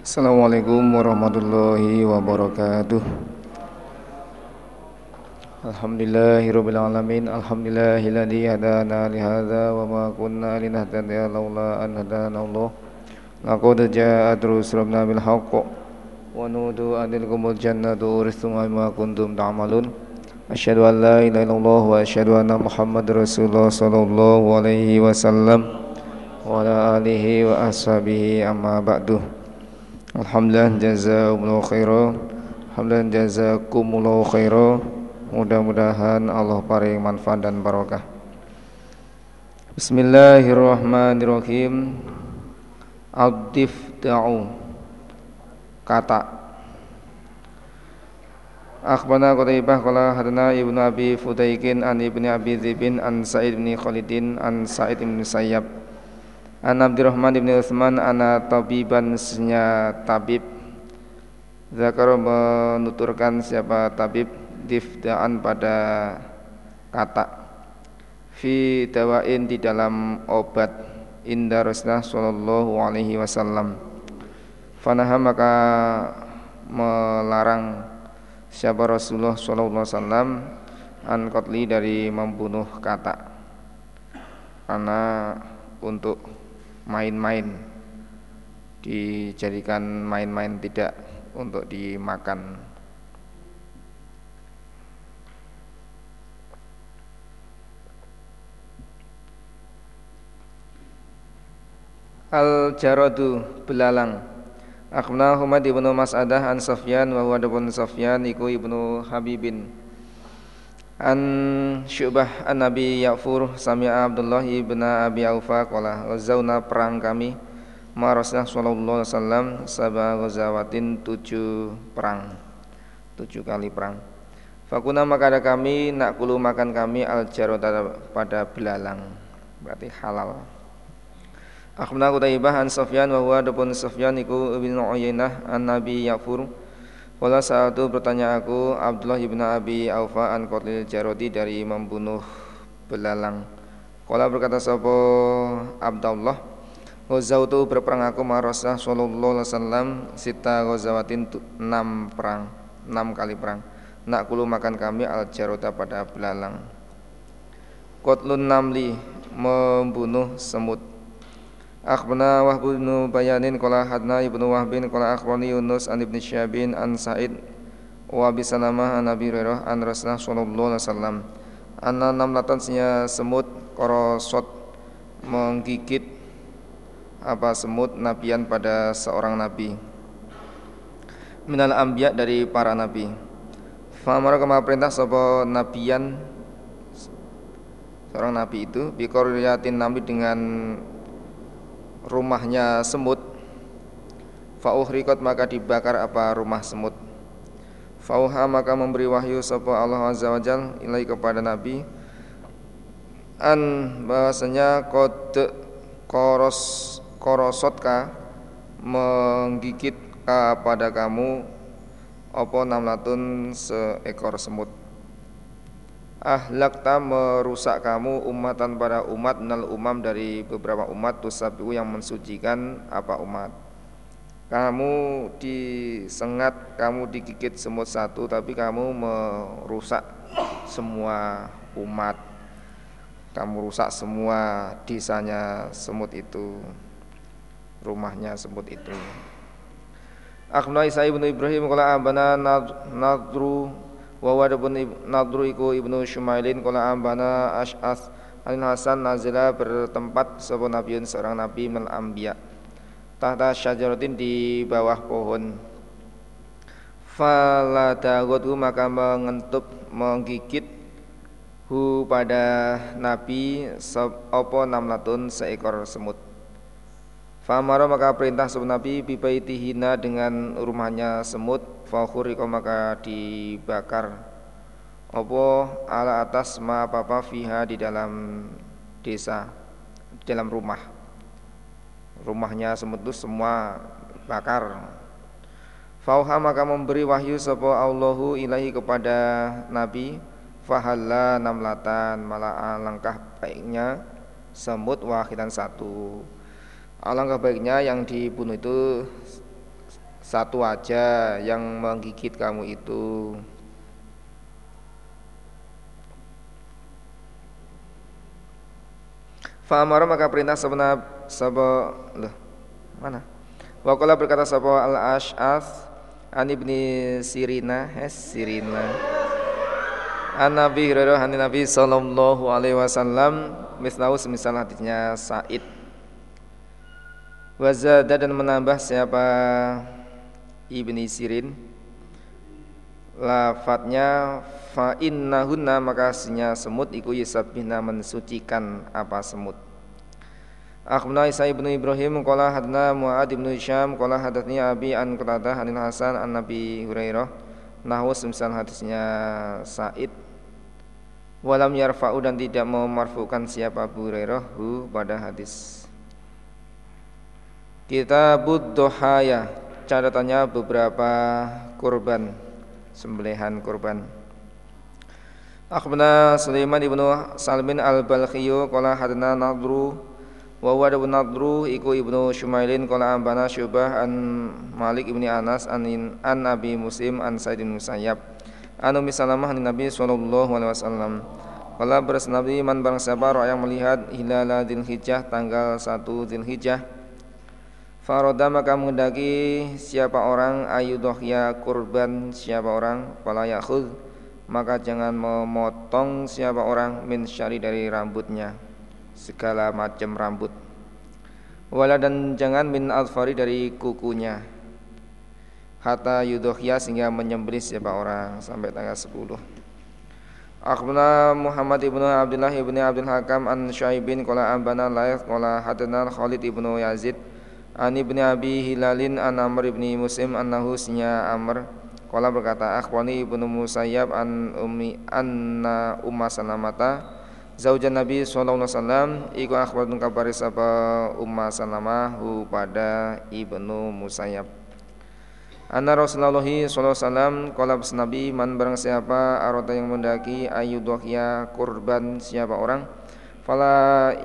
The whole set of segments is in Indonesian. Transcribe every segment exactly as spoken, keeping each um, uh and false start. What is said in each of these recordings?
Assalamualaikum warahmatullahi wabarakatuh. Alhamdulillahirabbil alamin. Alhamdulillahilladzi hadana li hadza wa ma kunna linahtadiya laula an hadana Allah. Laqad ja'at rusuluna bil haqq wa nudu anilkumul jannatu urithuma ma kuntum ta'malun. Asyhadu an la ilaha illallah wa asyhadu anna Muhammadar Rasulullah sallallahu alaihi wasallam wa ala alihi wa ashabihi amma ba'du. Alhamdulillah jazakumullahu khairan. Alhamdulillah jazakumullahu khairan. Mudah-mudahan Allah paring manfaat dan barokah. Bismillahirrahmanirrahim. Abdif da'u. Kata. Akhbarana Qutaibah qala hadana Ibnu Abi Fudaikin an Ibni Abi Dzibin an Sa'id bin Khalidin an Sa'id bin Sayyab an Abdurrahman bin Utsman ana tabiban senya tabib. Zakar menuturkan siapa tabib difdaan pada kata fi dawain di dalam obat inda Rasulullah sallallahu alaihi wasallam. Fanaha maka melarang siapa Rasulullah sallallahu alaihi wasallam an qatli dari membunuh kata, karena untuk main-main, dijadikan main-main, tidak untuk dimakan. Al-jaradu belalang. Akhbarana Humaid ibnu Mas'adah an Sufyan wa huwa ibnu Sufyan iku ibnu Habibin an Syu'bah an Nabi Ya'fur sami'a Abdullah ibn Abi Aufa qala ghazawna perang kami ma Rasulullah sallallahu alaihi wasallam sab'a ghazawatin tujuh perang, tujuh kali perang. Fakuna maka ada kami nak kulu makan kami al-jarada pada belalang, berarti halal. Akhbarana Qutaibah an Sufyan wa huwa ibnu Sufyan iku ibnu Uyainah an Nabi Ya'fur. Qala sa'atu bertanya aku Abdullah ibn Abi Aufa an qatlil jarodi dari membunuh belalang. Qala berkata sapa Abdullah, ghazautu berperang aku ma Rasulullah sallallahu alaihi wasallam sita ghazawatin enam perang, enam kali perang. Nak kulu makan kami al jaroda pada belalang. Qatlun namli membunuh semut. Akhbarana Wahb bin Bayanin qala hadna ibnu Wahbin qala akhbarani Yunus an ibni Syabin an Sa'id wa Abi Salamah an Abi Hurairah an Rasulullah sallallahu alaihi wasallam anna namlatan sia semut korosot menggigit apa semut nabian pada seorang nabi minal anbiya dari para nabi. Fa amara kama perintah sapa nabiyan seorang nabi itu biqaryatin namli dengan rumahnya semut. Fa'uhriqat maka dibakar apa rumah semut. Fauha maka memberi wahyu sapa Allah azza wajal ilai kepada nabi an bahasanya qad koros korosotka menggigit kepada kamu apa namlatun seekor semut. Ahlakta merusak kamu umatan pada umat nal umam dari beberapa umat tusabiu yang mensucikan apa umat. Kamu disengat, kamu digigit semut satu, tapi kamu merusak semua umat. Kamu rusak semua desanya semut itu, rumahnya semut itu. Akhbarana Isa ibnu Ibrahim qala abana nadru wa wadabun nadru iku ibnu Shumailin qala ambana Ash'as Al Hasan nazila bertempat sapa nabiun seorang nabi minal anbiya tahta syajaratin di bawah pohon. Faladaghatu maka mengentup menggigit hu pada nabi apa namlatun seekor semut. Famara maka perintah sapa nabi bibaitihina dengan rumahnya semut. Fakhuriqa maka dibakar apa ala atas ma apa fiha di dalam desa, di dalam rumah, rumahnya semut itu semua bakar. Fauha maka memberi wahyu sapa Allahu ilahi kepada nabi fahalla namlatan malah alangkah baiknya semut wahidan satu. Alangkah baiknya yang dibunuh itu satu aja yang menggigit kamu itu. Fa'amara maka perintah sabana sabo loh mana? Wa qala berkata sabo al-Ash'ath an ibni Sirina es Sirina an Nabi Hurairah an Nabi sallallahu alaihi wasallam mislahu semisal hadisnya Sa'id. Wa zada dan menambah siapa Ibni Sirin lafadznya fa innahunna maka aslinya semut iku yusabbihna mensucikan apa semut. Akhbarana Isa ibnu Ibrahim qala hadna Muad ibnu Hisham qala hadatsani Abi an Qatadah anil Hasan an Nabi Hurairah nahwu semisal hadisnya Sa'id. Walam yarfa'u dan tidak memarfukan siapa Abu Hurairah hu pada hadis. Kitabud Duhaya catatannya beberapa kurban sembelihan kurban. Akhbarana Sulaiman ibnu Salmin al-Balkhiyu qala hadana Nadru wa huwa ibnu Nadru iku ibnu Shumailin qala ambana Syubah an Malik ibni Anas an an Abi Muslim an Sa'id bin Musayyab an Ummi Salamah an Nabi sallallahu alaihi wasallam qala bersnabi man barang siapa yang melihat hilal Dzulhijjah tanggal satu Dzulhijjah faroda maka menghendaki siapa orang ayudhya kurban siapa orang fala yakhudh maka jangan memotong siapa orang min syari dari rambutnya segala macam rambut wala dan jangan min alfari dari kukunya hatta yudhya sehingga menyembelih siapa orang sampai tanggal sepuluh. Akhbarana Muhammad ibnu Abdullah ibnu Abdul Hakam an Syaibin qala ambana Laith qala hadana Khalid ibnu Yazid an ibni Abi Hilalin an Amr ibni Muslim annahu snya Amr qala berkata akhwani ibnu Musayyab an ummi anna Umma Salamata zaujan Nabi sallallahu alaihi wasallam iku akhbarun kabari sapa Umma Salamah hu pada ibnu Musayyab anna Rasulullah sallallahu alaihi wasallam qala Nabi man barang siapa arada yang mendaki ayudhya kurban siapa orang fala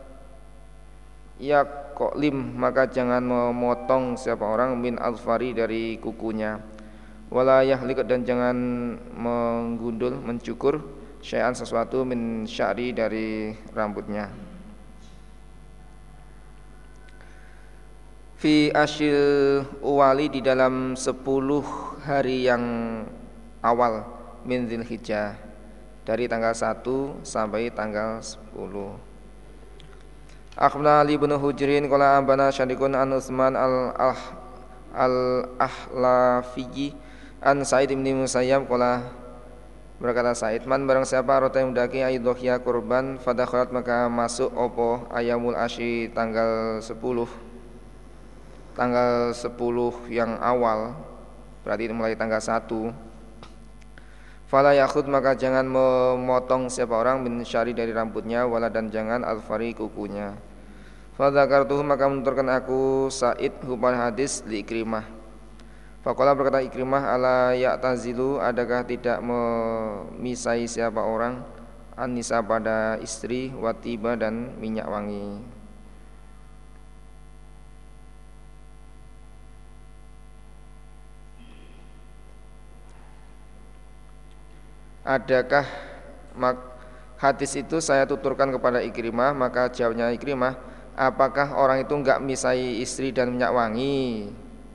yaklim maka jangan memotong siapa orang min alfari dari kukunya wala yahlik dan jangan menggundul mencukur syai'an sesuatu min sya'ri dari rambutnya. Fi asyil uwali di dalam sepuluh hari yang awal min Dzulhijjah dari tanggal satu sampai tanggal sepuluh. Akhbarana Ali bin Hujrin qala ambana Syadiqun an Utsman al-Ah al-Ahlafi an Sa'id bin Musayyab qala berkata Sa'id man barang siapa rota yang mendaki ayudhya kurban fadakhalat maka masuk opo ayamul asy tanggal sepuluh tanggal sepuluh yang awal berarti mulai tanggal satu fala yakhud maka jangan memotong siapa orang min syari dari rambutnya wala dan jangan alfari kukunya. Fadzakartuhu maka menuturkan aku Sa'id hubal hadis li Ikrimah. Faqala berkata Ikrimah ala ya'tazilu adakah tidak memisai siapa orang an-nisa pada istri watiba dan minyak wangi. Adakah mak hadis itu saya tuturkan kepada Ikrimah maka jawabnya Ikrimah apakah orang itu enggak misai istri dan minyak wangi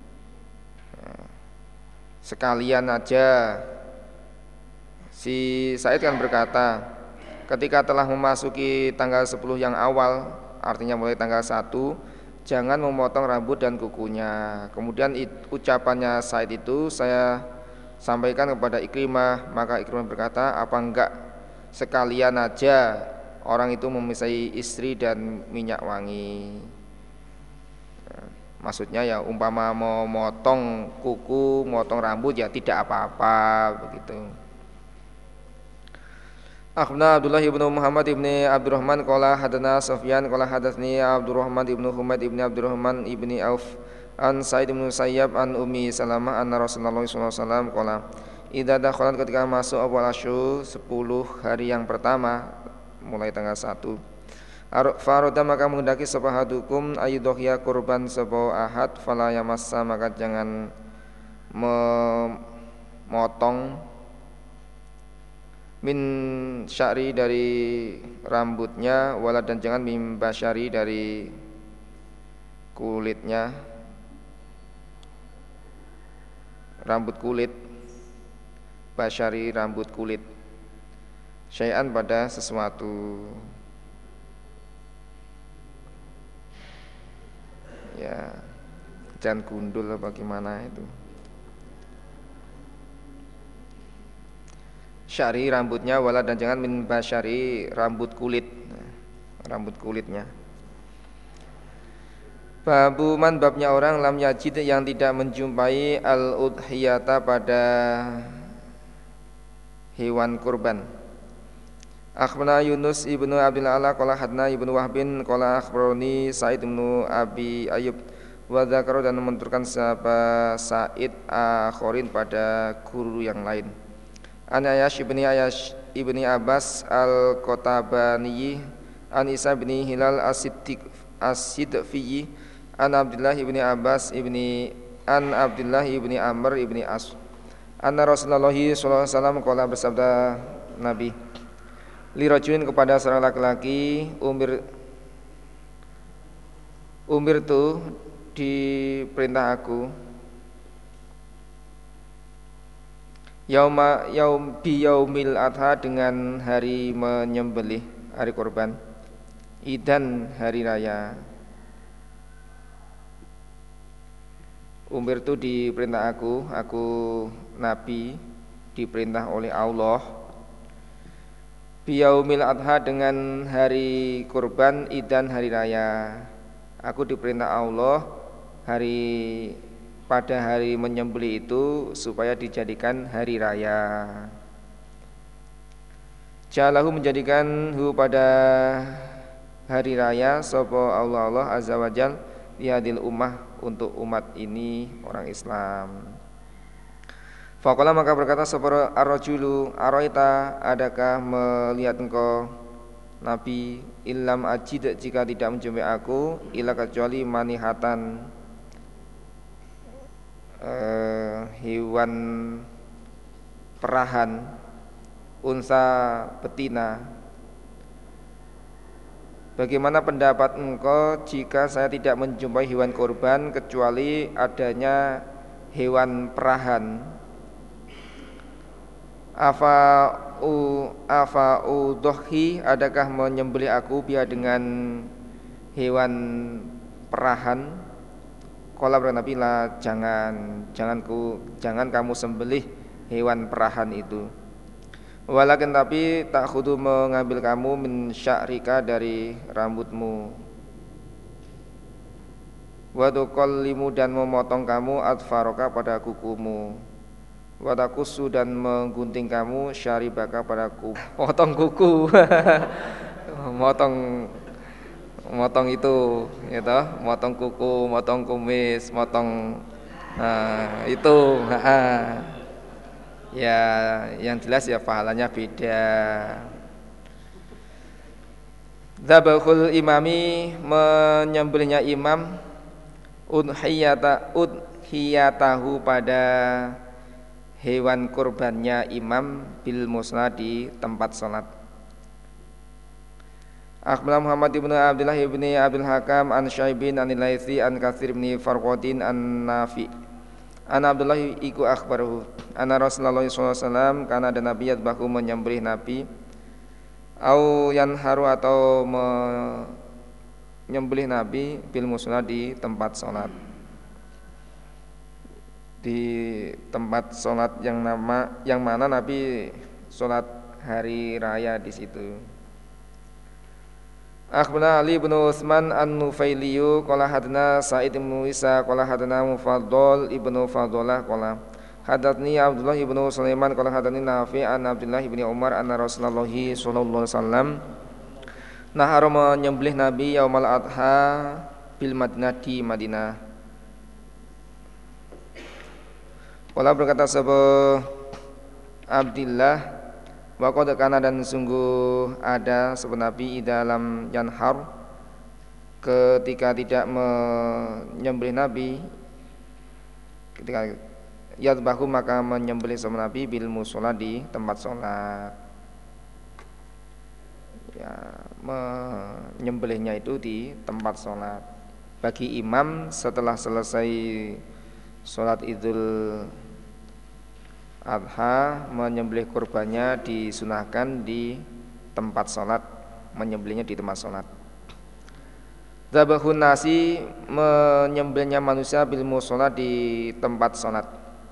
sekalian aja. Si Said kan berkata ketika telah memasuki tanggal sepuluh yang awal artinya mulai tanggal satu jangan memotong rambut dan kukunya. Kemudian ucapannya Said itu saya sampaikan kepada Ikrimah maka Ikrimah berkata apa enggak sekalian aja orang itu memisai istri dan minyak wangi. Maksudnya ya umpama mau motong kuku, motong rambut ya tidak apa-apa begitu. Akhbarana Abdullah ibnu Muhammad ibni Abdurrahman qala hadana Sufyan qala hadatsani Abdurrahman ibnu Humaid ibni Abdurrahman ibni Auf an Sa'id bin Musayyab an Ummi Salamah anna Rasulullah sallallahu alaihi wasallam qala idza dakhalat ketika masuk awal asyur sepuluh hari yang pertama mulai tanggal satu Faroda maka menghendaki sapa hadukum ayyudhiya kurban sapa ahad fala yamassa maka jangan memotong min sya'ri dari rambutnya wala dan jangan min basyari dari kulitnya, rambut kulit, basyari rambut kulit, syai'an pada sesuatu. Ya, jangan gundul apa gimana itu. Syari rambutnya wala dan jangan min basyari rambut kulit, rambut kulitnya. Babu man babnya orang lam yajid yang tidak menjumpai al-udhiyata pada hewan kurban. Akhbarana Yunus ibnu Abdul Ala qala hadna ibnu Wahbin qala akhbarani Sa'id ibnu Abi Ayyub wa dzakara dan menuturkan siapa Sa'id akhirin pada guru yang lain. An Ayash ibni Ayash ibni Abbas al-Qatabani an Isa ibni Hilal as-Siddiq as-Sidfiyi an Abdullah ibni Abbas ibni an Abdullah ibni Amr ibni As anna Rasulullah sallallahu alaihi wasallam qala bersabda Nabi li rajulin kepada seorang laki-laki umir umir tu diperintah aku yauma yaum bi yaumil adha dengan hari menyembelih hari kurban idan hari raya. Umir tu diperintah aku aku nabi diperintah oleh Allah biyaumil adha dengan hari kurban idan hari raya. Aku diperintah Allah hari pada hari menyembelih itu supaya dijadikan hari raya. Jalahu menjadikan hu pada hari raya sapa Allah Allah azza wajal liadil ummah untuk umat ini orang Islam. Faqala maka berkata sapa ar-rajulu araita adakah melihat engkau Nabi illam ajid jika tidak menjumpai aku ila kecuali manihatan eh, hewan perahan unsa betina. Bagaimana pendapat engkau jika saya tidak menjumpai hewan kurban kecuali adanya hewan perahan? Afa u afa udhi adakah menyembelih aku biar dengan hewan perahan? Qala Nabi la jangan janganku jangan kamu sembelih hewan perahan itu. Walakin tapi tak khudu mengambil kamu min sya'rika dari rambutmu. Wa tuqallimu dan memotong kamu adfaroka pada kukumu. Wa takussu dan menggunting kamu syaribaka pada kuku. Potong kuku. motong motong itu gitu, motong kuku, motong kumis, motong nah, itu nah, ya yang jelas ya pahalanya beda. Dzabahul imami menyembelihnya imam udhiyata udhiyatahu pada hewan kurbannya imam bil musla di tempat salat. Akhbarana Muhammad ibnu Abdullah ibni Abdul Hakam an Syaibin an Laitsi an Katsir ibni Farqadin an Nafi an Abdullah iku akhbaruhu anna Rasulullah sallallahu alaihi wasallam kana ada nabi yadbahu menyembelih nabi au yanharu atau menyembelih nabi bil musla di tempat salat, di tempat sholat yang nama yang mana Nabi sholat hari raya di situ. Akhbarana Ali bin Utsman an-Nufailiyu qala hadana Sa'id bin Isa qala hadana Mufaddal ibnu Fadlah qala hadatsni Abdullah ibnu Sulaiman qala hadatsni Nafi' an Abdullah ibni Umar anna Rasulullah sallallahu alaihi wasallam nahara menyembelih Nabi yaumal adha bil Madinah di Madinah. Wala berkata sahabat Abdillah Wa qad kana dan sungguh ada sebenarnya Nabi dalam yanhar ketika tidak menyembelih Nabi, ketika yadbahu maka menyembelih sebenarnya Nabi bil mushola di tempat sholat. Ya, menyembelihnya itu di tempat sholat. Bagi imam setelah selesai sholat Idul Adha, menyembelih kurbannya disunahkan di tempat sholat, menyembelihnya di tempat sholat. Dzabahun nasi, menyembelihnya manusia bil mushola di tempat sholat.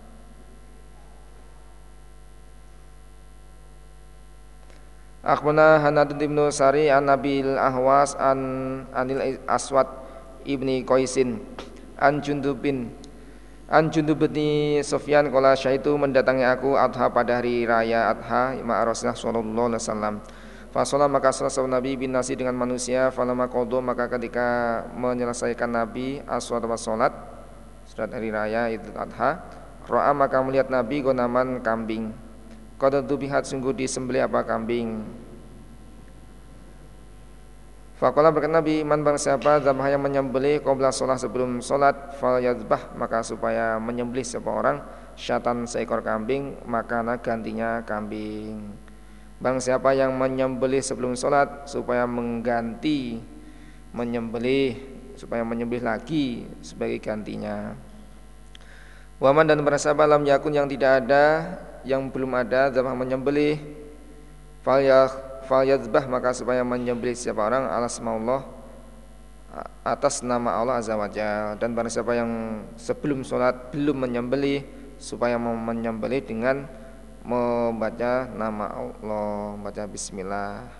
Akhbarana Hanad ibnu Sari an Nabil Ahwas an Anil Aswad ibni Qaisin an Jundubin An Jundub bin Sufyan qala syaitu mendatangi aku Adha pada hari raya Adha ma Rasulullah sallallahu alaihi wasallam. Fa shalla maka salat Nabi bin nasi dengan manusia, falamma qada maka ketika menyelesaikan Nabi aswad wa salat salat hari raya Idul Adha, ra'a maka melihat Nabi gonaman kambing. Qad dubihat sungguh disembelih apa kambing. Faqala berkata Nabi, man bang siapa dzabah yang menyembelih qabla shalah sebelum salat, fal yadzbah maka supaya menyembelih siapa orang syatan seekor kambing, maka gantinya kambing. Bang siapa yang menyembelih sebelum salat supaya mengganti menyembelih, supaya menyembelih lagi sebagai gantinya. Waman dan berasa lam yakun yang tidak ada, yang belum ada dzabah menyembelih, fal ya fal yadzbah maka supaya menyembelih siapa orang alas maullah atas nama Allah azza wajalla. Dan barang siapa yang sebelum sholat belum menyembelih, supaya menyembelih dengan membaca nama Allah, membaca bismillah.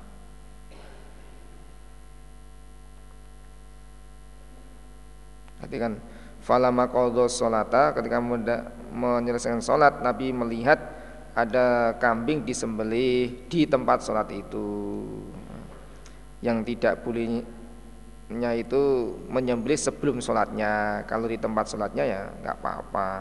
Perhatikan, falamma qadha sholata, ketika menyelesaikan sholat Nabi melihat ada kambing disembelih di tempat sholat itu. Yang tidak bolehnya itu menyembelih sebelum sholatnya. Kalau di tempat sholatnya ya nggak apa-apa.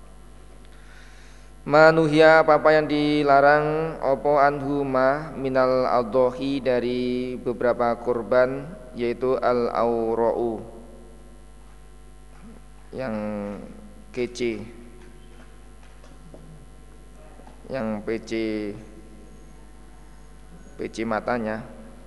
Manuhya apa-apa yang dilarang opo anhuma minal adhohi dari beberapa kurban, yaitu al-aura'u yang kece, yang P C P C matanya.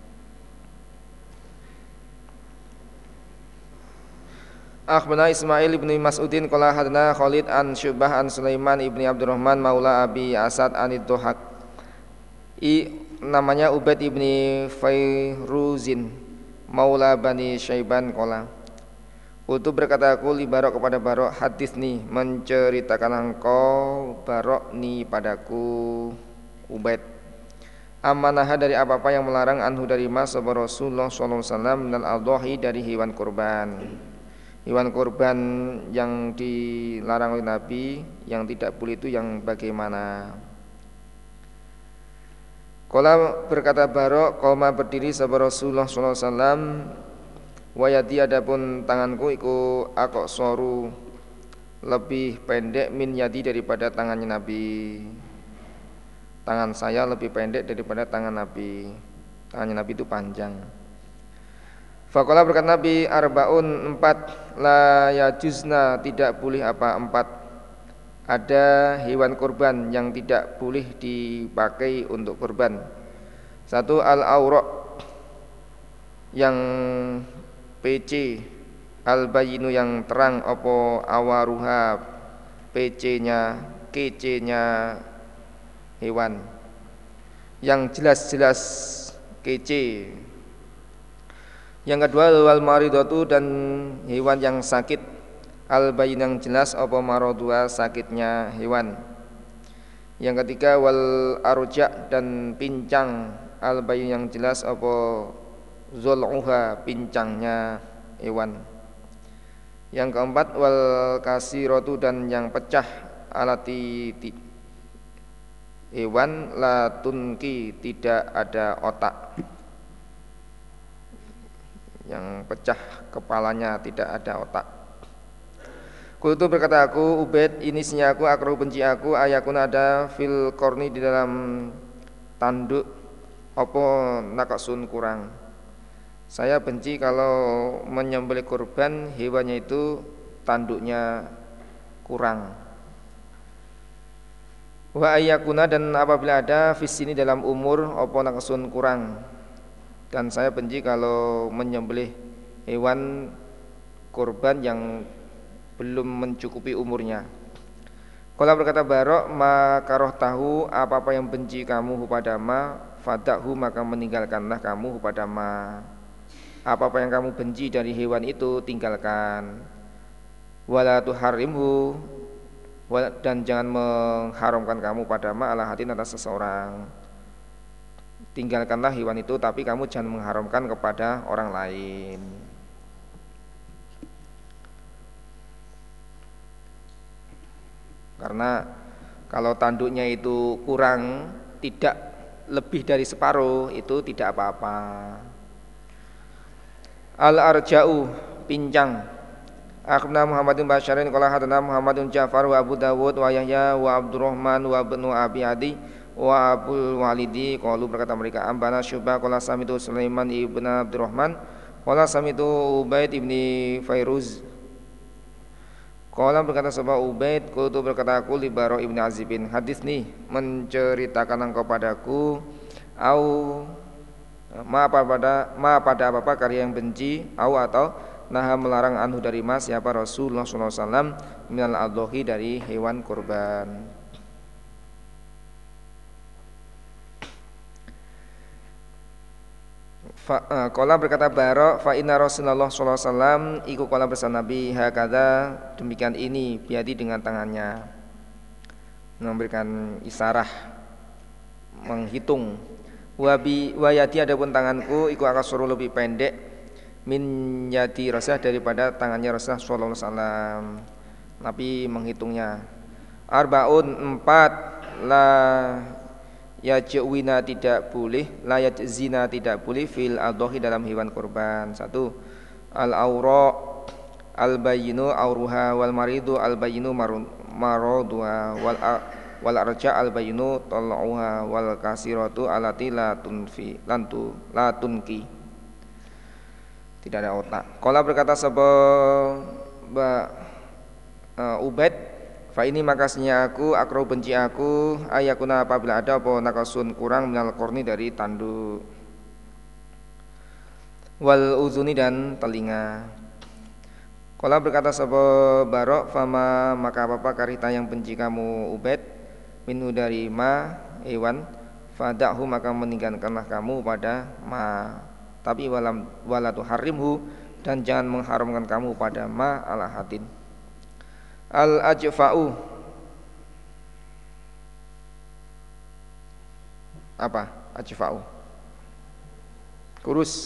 Akhbarana Ismail ibni Mas'udin qala hadana Khalid an Syu'bah an Sulaiman ibni Abdurrahman maula Abi Asad anid Duhaq. I namanya Ubaid ibni Fairuzin maula Bani Syaiban qala. Utu berkata aku li Barok kepada Barok, hadis nih menceritakan engkau Barok nih padaku Ubaid. Amanah dari apa-apa yang melarang anhu dari mas Rasulullah sallallahu alaihi wasallam dan al-dhahi dari hewan kurban. Hewan kurban yang dilarang oleh Nabi, yang tidak boleh itu yang bagaimana? Qala berkata Barok, qoma berdiri sahabat Rasulullah sallallahu alaihi wasallam, wa yadi adapun tanganku iku aqsaru lebih pendek min yadi daripada tangannya Nabi. Tangan saya lebih pendek daripada tangan Nabi. Tangannya Nabi itu panjang. Faqala berkata Nabi, arbaun empat la yajuzna tidak boleh apa empat. Ada hewan kurban yang tidak boleh dipakai untuk kurban. Satu al-aura yang P C, al-bayinu yang terang opo awaruha P C-nya, kece-nya hewan yang jelas-jelas kece. Yang kedua wal maridatu dan hewan yang sakit, al-bayin yang jelas opo marodua sakitnya hewan. Yang ketiga wal arja dan pincang, al-bayin yang jelas opo zul'uha pincangnya hewan. Yang keempat wal kasiratu dan yang pecah, alati hewan la tunki tidak ada otak, yang pecah kepalanya tidak ada otak. Kultu berkata aku Ubaid, ini sinya aku akroh benci aku ayakun ada fil korni di dalam tanduk apa naqsun kurang. Saya benci kalau menyembelih kurban hewannya itu tanduknya kurang. Wa ayyakuna, dan apabila ada fis sini dalam umur apa naqsun kurang. Dan saya benci kalau menyembelih hewan kurban yang belum mencukupi umurnya. Qala berkata Barok, maka roh tahu apa-apa yang benci kamu kepada ma, fadakhu maka meninggalkanlah kamu kepada ma. Apa-apa yang kamu benci dari hewan itu tinggalkan. Wala tuharrimhu, dan jangan mengharamkan kamu pada ma ala hatin atas seseorang. Tinggalkanlah hewan itu, tapi kamu jangan mengharamkan kepada orang lain. Karena kalau tanduknya itu kurang, tidak lebih dari separuh, itu tidak apa-apa. Al-arja'u, pincang. Akhbarana Muhammadun Basyarin qala hadatsana Muhammadun Ja'far wa Abu Dawud wa Yahya wa Abdurrahman wa Ibnu Abi Adi wa Abul Walidi qalu, berkata mereka, ambana Syu'bah qala samitu Sulaiman ibn Abdurrahman qala samitu Ubaid ibni Fairuz qala, berkata sahabat Ubaid, qultu, berkata aku li Bara ibni Azibin, hadis nih menceritakan engkau padaku au ma pada ma pada apa-apa karya yang benci au atau naha melarang anhu dari mas siapa Rasulullah sallallahu alaihi wasallam minal adhi dari hewan kurban. Fa uh, qala berkata Bara, fa inna Rasulullah sallallahu alaihi wasallam iku qala bersama Nabi hakada, demikian ini biadi dengan tangannya, memberikan isarah menghitung. Wabi wayati, adapun tanganku iku akan suruh lebih pendek min yadi Rasulullah daripada tangannya Rasulullah sallallahu alaihi wasallam. Nabi menghitungnya. Arbaun, empat, la yajwina tidak boleh, la yajzina tidak boleh fil adhi dalam hewan kurban. Satu, al aura al bayinu auruha wal maridu al bayinu maroduha wal wal arja al bayinu talauha wal kasiratu alati la tunfi lantu la tunki, tidak ada otak. Qala berkata sebab uh, Ubaid, fa ini makasnya aku akro benci aku ayakuna apabila ada apa nakasun kurang minal korni dari tanduk, wal uzuni dan telinga. Qala berkata sebab Barok, fama maka apa-apa karita yang benci kamu Ubaid minu dari ma hewan, fada'hu maka meninggalkanlah kamu pada ma, tapi walam walatu harimhu, dan jangan mengharamkan kamu pada ma ala hadin. Al ajfa'u, apa ajfa'u? Kurus.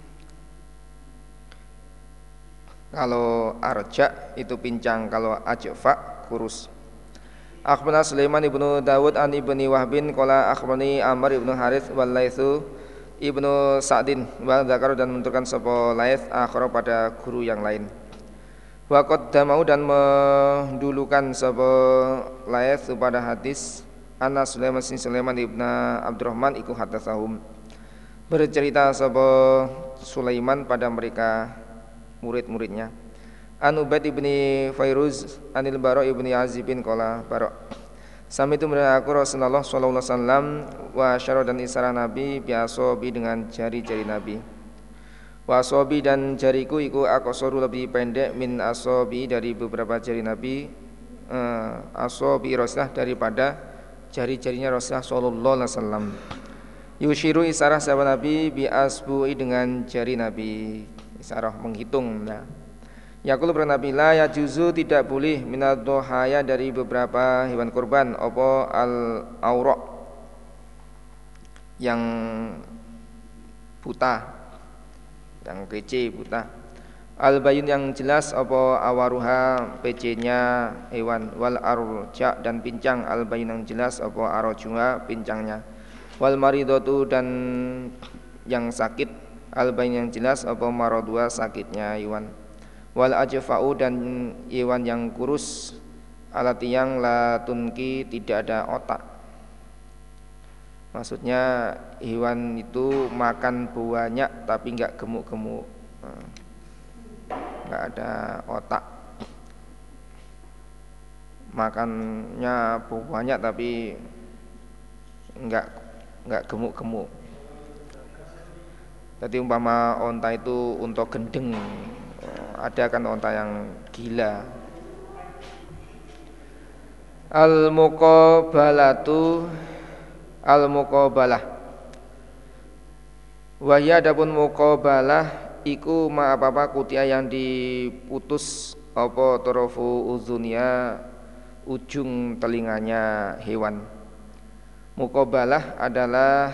Kalau arja itu pincang, kalau ajfa kurus. Akhbarana Sulaiman ibnu Dawud an ibni Wahbin qala akhbarani Amr ibnu Harits wal Laitsu ibnu Sa'din wa dzakar, dan menunturkan sapa Laits akhara pada guru yang lain. Wa qaddamau, dan mendulukan sapa Laits pada hadis anna Sulaiman bin Sulaiman ibnu Abdurrahman iku hadatsahum, bercerita sapa Sulaiman pada mereka murid-muridnya. An Ubaid ibni Fairuz anil Bara ibni Azibin qala Bara, sami itu mendengar aku Rasulullah sallallahu alaihi wasallam wa asyara, dan isyarat Nabi biasobi dengan jari-jari Nabi. Wa asobi, dan jariku iku aqsaru lebih pendek min asobi dari beberapa jari Nabi, uh, asobi Rasulullah daripada jari-jarinya Rasulullah sallallahu alaihi wasallam. Yushiru isyarat sahabat Nabi bi asbu'i dengan jari Nabi, isyarat menghitung. Nah, yaqulu bernabi la yajuzu tidak boleh minad dohaya dari beberapa hewan kurban apa al aura yang buta, yang kece buta, al bayun yang jelas apa awaruha pecenya hewan, wal arja dan pincang, al bayun yang jelas apa arjuha pincangnya, wal maridatu dan yang sakit, al bayun yang jelas apa maradua sakitnya hewan, wal ajfa'u dan hewan yang kurus, alati yang la tunki tidak ada otak. Maksudnya hewan itu makan banyak tapi enggak gemuk-gemuk, enggak ada otak. Makannya banyak tapi enggak enggak gemuk-gemuk. Jadi umpama onta itu unta gendeng, ada kan onta yang gila. Al-muqabalatu al-muqabalah. Wahya adapun muqabalah iku ma apa-apa kutia yang diputus apa torofu uzunia ujung telinganya hewan. Muqabalah adalah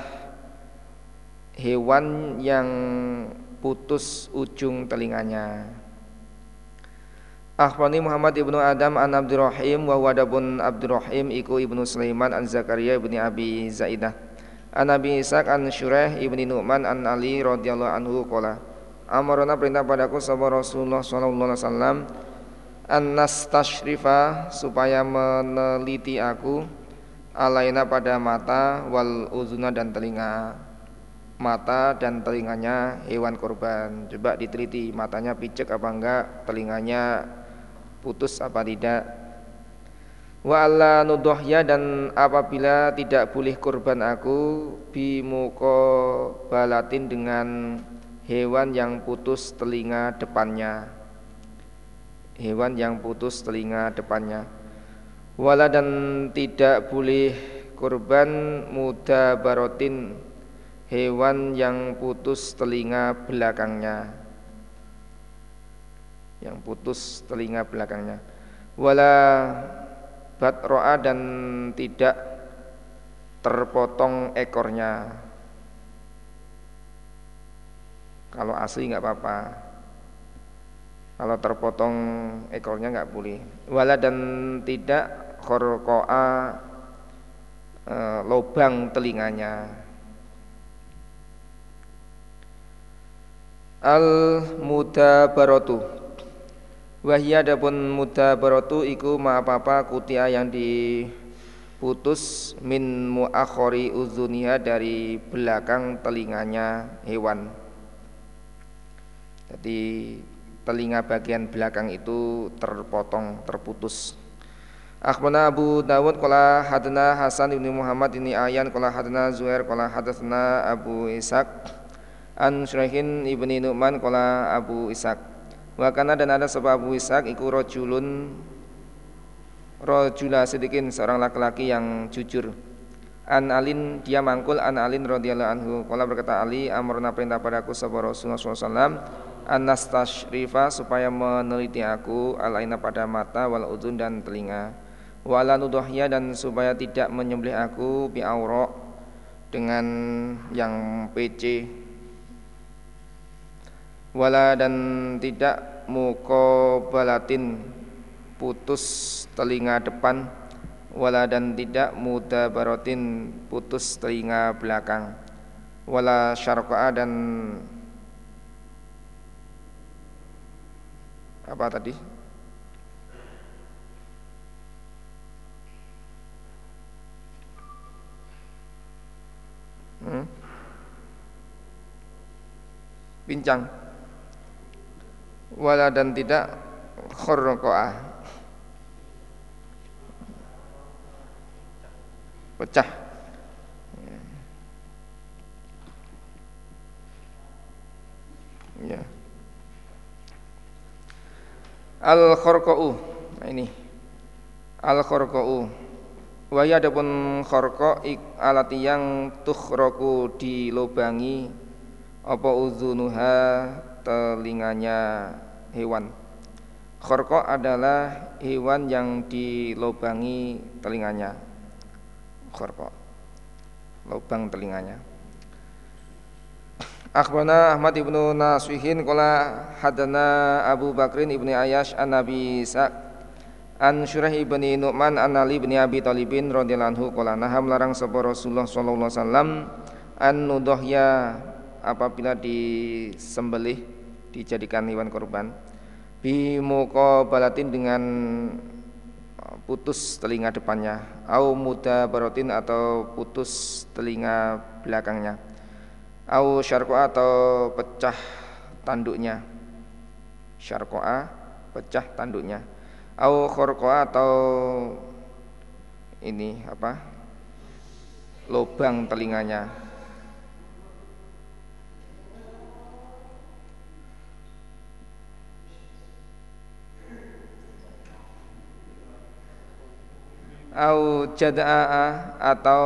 hewan yang putus ujung telinganya. Akhbarani Muhammad ibnu Adam an Abdurrahim wa wadabun Abdurrahim iku ibnu Sulaiman an Zakaria ibni Abi Zaidah an Abi Ishaq an Syurah ibni Nu'man an Ali radhiyallahu anhu qala amarna perintah padaku sapa Rasulullah sallallahu alaihi wasallam an nastashrifa supaya meneliti aku alaina pada mata wal uzuna dan telinga. Mata dan telinganya hewan kurban, coba diteliti matanya picek apa enggak, telinganya putus apa tidak. Wa alla nudhya dan apabila tidak boleh kurban aku bimuqabalatin dengan hewan yang putus telinga depannya. Hewan yang putus telinga depannya. Wala dan tidak boleh kurban mudabarotin hewan yang putus telinga belakangnya, yang putus telinga belakangnya. Wala batro'a dan tidak terpotong ekornya. Kalau asli nggak apa-apa, kalau terpotong ekornya nggak boleh. Wala dan tidak khorqo'a e, lobang telinganya. Al-mudabaratu wahya adapun mudabaratu iku ma apa-apa kutia yang diputus min muakhori uzuniha dari belakang telinganya hewan. Jadi telinga bagian belakang itu terpotong, terputus. Akhbarana Abu Dawud qala hadana Hasan bin Muhammad ini ayan qala hadana Zuhair qala hadatsana Abu Ishaq an Syuraihin ibni Nu'man qala Abu Ishaq wa kana dan ada sebab Abu Ishaq iku rajulun rajula sidikin seorang laki-laki yang jujur. An Alin dia mangkul an Alin radhiyallahu anhu qala berkata Ali amruna perintah padaku sapa Rasulullah sallallahu alaihi wasallam an nastashrifa supaya meneliti aku alaina pada mata wal udhun dan telinga wala nudhya dan supaya tidak menyembelih aku bi aura dengan yang P C wala dan tidak muqabalatin putus telinga depan wala dan tidak mudabaratin putus telinga belakang wala syarqa'a dan apa tadi hmm? pincang wala dan tidak khurqa'ah pecah ya. Al-khurqa'u nah ini al-khurqa'u wa ya adapun khurqa' alat yang tukhraku dilobangi apa uzunuha telinganya hewan. Khurqa' adalah hewan yang dilobangi telinganya. Khurqa' lubang telinganya. Akhbarana Ahmad ibnu Nasihin qala hadana Abu Bakrin ibni Ayyash an Nabi Isa an Syurah ibni Nu'man an Ali ibni Abi Thalibin radhiyallahu anhu qala naha melarang sapa Rasulullah sallallahu alaihi wasallam an nudhya apabila disembelih dijadikan hewan kurban bi muqabalatin dengan putus telinga depannya, au mudabarotin atau putus telinga belakangnya, au syarqo'a atau pecah tanduknya, syarqo'a pecah tanduknya, au khorqo'a atau ini apa lubang telinganya, au jada'a atau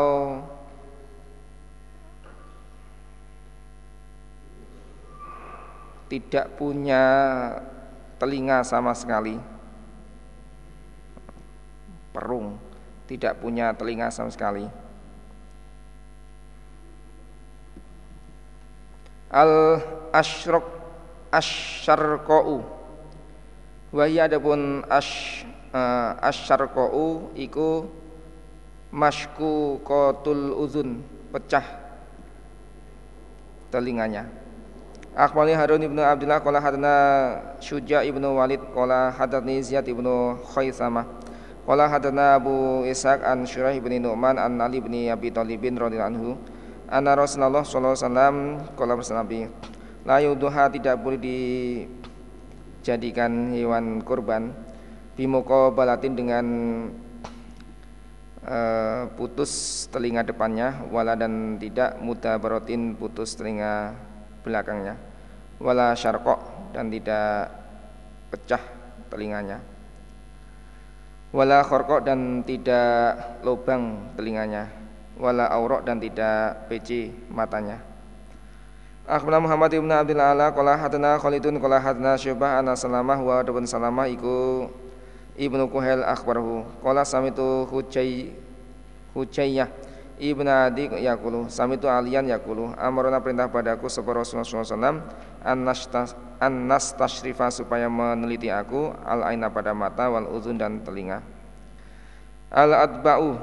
tidak punya telinga sama sekali, perung, tidak punya telinga sama sekali. Al asyraq asyarqau wa hiya adapun asy uh, asyarqau iku masku qatul uzun, pecah telinganya. Akhbarani Harun ibnu Abdullah qala hadana Syuja ibnu Walid qala hadatsani Ziyad ibnu Khaisamah qala hadana Abu Ishaq an Syuraih ibn Nu'man an Ali ibn Abi Thalib radhiyallahu anhu anna Rasulullah sallallahu alaihi wasallam qala bersanabi la yuduha, tidak boleh dijadikan hewan kurban bimuqabalatin dengan uh, putus telinga depannya, wala dan tidak mudabarotin putus telinga belakangnya, wala syarqo dan tidak pecah telinganya, wala khorqo dan tidak lubang telinganya, wala aurok dan tidak peci matanya. Akhbarana Muhammad ibn Abdul Ala qala hadana Khalidun qala hadana Syu'bah an Salamah wa ibn Salamah iku Ibnu Kuhail akhbarahu qala samitu Hujay Hujayyah ibn Adi yaqulu samitu Aliyan yaqulu amarna perintah padaku sapa Rasulullah sallallahu alaihi wasallam an nastashrifa supaya meneliti aku al aina pada mata wal uzun dan telinga. Al adba'u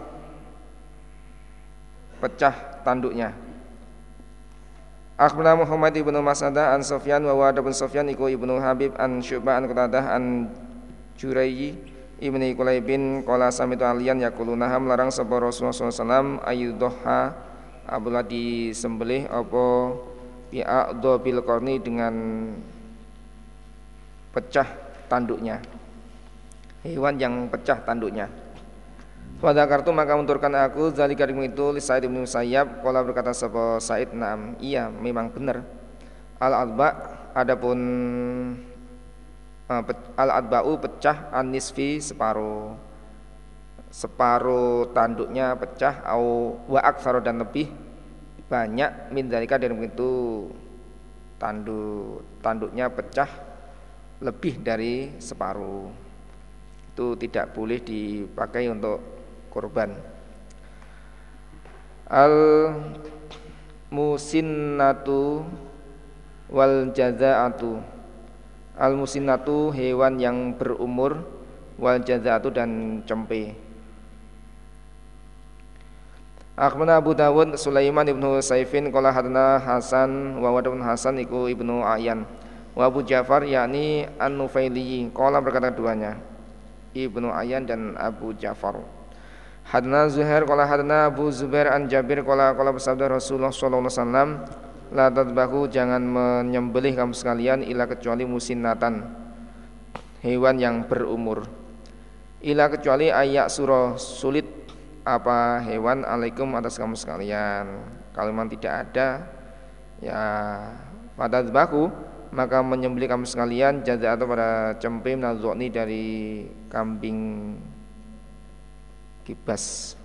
pecah tanduknya. Akhbarana Muhammad ibnu Mas'adah an Sufyan wa wa bin Sufyan iku ibnu Habib an Syu'bah an Qatadah an Jurayyi ibni Qulaibin qala samitu Aliyan yaqulu naha melarang sapa Rasulullah sallallahu alaihi wasallam ayyudha apabila disembelih apa bi'adha bil qarni dengan pecah tanduknya, hewan yang pecah tanduknya. Pada kartu maka menurunkan aku zalika itu li Sa'id bin Musayyab qala berkata sapa Sa'id na'am iya memang benar al adba adapun uh, al adba'u pecah an-nisfi separuh separuh tanduknya pecah au wa aktsara dan lebih banyak min zalika dari itu tanduk tanduknya pecah lebih dari separuh, itu tidak boleh dipakai untuk kurban. Al musinnatu wal jazaatu, al musinnatu hewan yang berumur, wal jazaatu dan cempe. Akhbarana Abu Dawud Sulaiman ibnu Saifin qala hadana Hasan wa wadun Hasan iku ibnu Ayan wa Abu Ja'far yakni An-Nufaili qala berkata duanya Ibnu Ayan dan Abu Ja'far. Hadna Zuhair qala hadna Abu Zubair an Jabir qala qala bersabda Rasulullah sallallahu alaihi wasallam la tadbahu jangan menyembelih kamu sekalian ila kecuali musinnatan hewan yang berumur, ila kecuali ayak surah sulit apa hewan alaikum atas kamu sekalian. Kalau memang tidak ada ya pada tadbahu maka menyembelih kamu sekalian jaza atau pada cempe nazoni dari kambing kibas.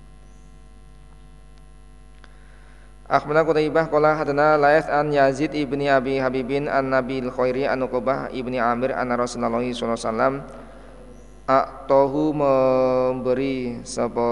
Akhbarana Qutaibah qala hadana Laits an Yazid ibni Abi Habibin an Nabil Khairi an Uqbah ibni Amir anna Rasulullah sallallahu alaihi wasallam a'tahu memberi sapa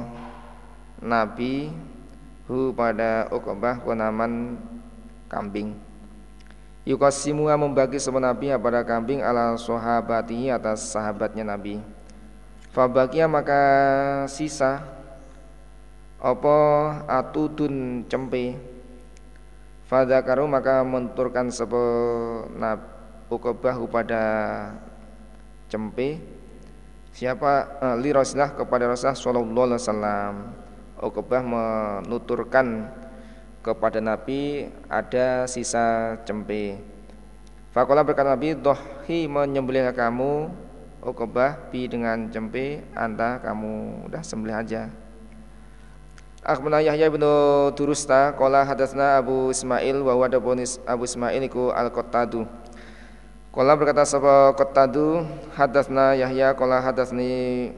Nabi hu pada Uqbah konaman kambing. Yukasimu membagi sapa Nabi pada kambing ala sahabatihi atas sahabatnya Nabi. Fabakia maka sisa apa atudun cempe. Fadzakaru maka menturkan sapa Uqbah pada cempe Siapa uh, li Rasulullah kepada Rasulullah sallallahu alaihi wasallam. Uqbah menuturkan kepada Nabi ada sisa cempe. Faqala berkata Nabi, "Dhahi menyembelih kamu Uqbah bi dengan cempe, anta kamu udah sembelih aja." Akhbarana Yahya bin Durusta qala hadatsna Abu Ismail wa huwa Abu Ismail iku Al-Qattadu. Qala berkata sapa Qattadu hadatsna Yahya qala hadatsni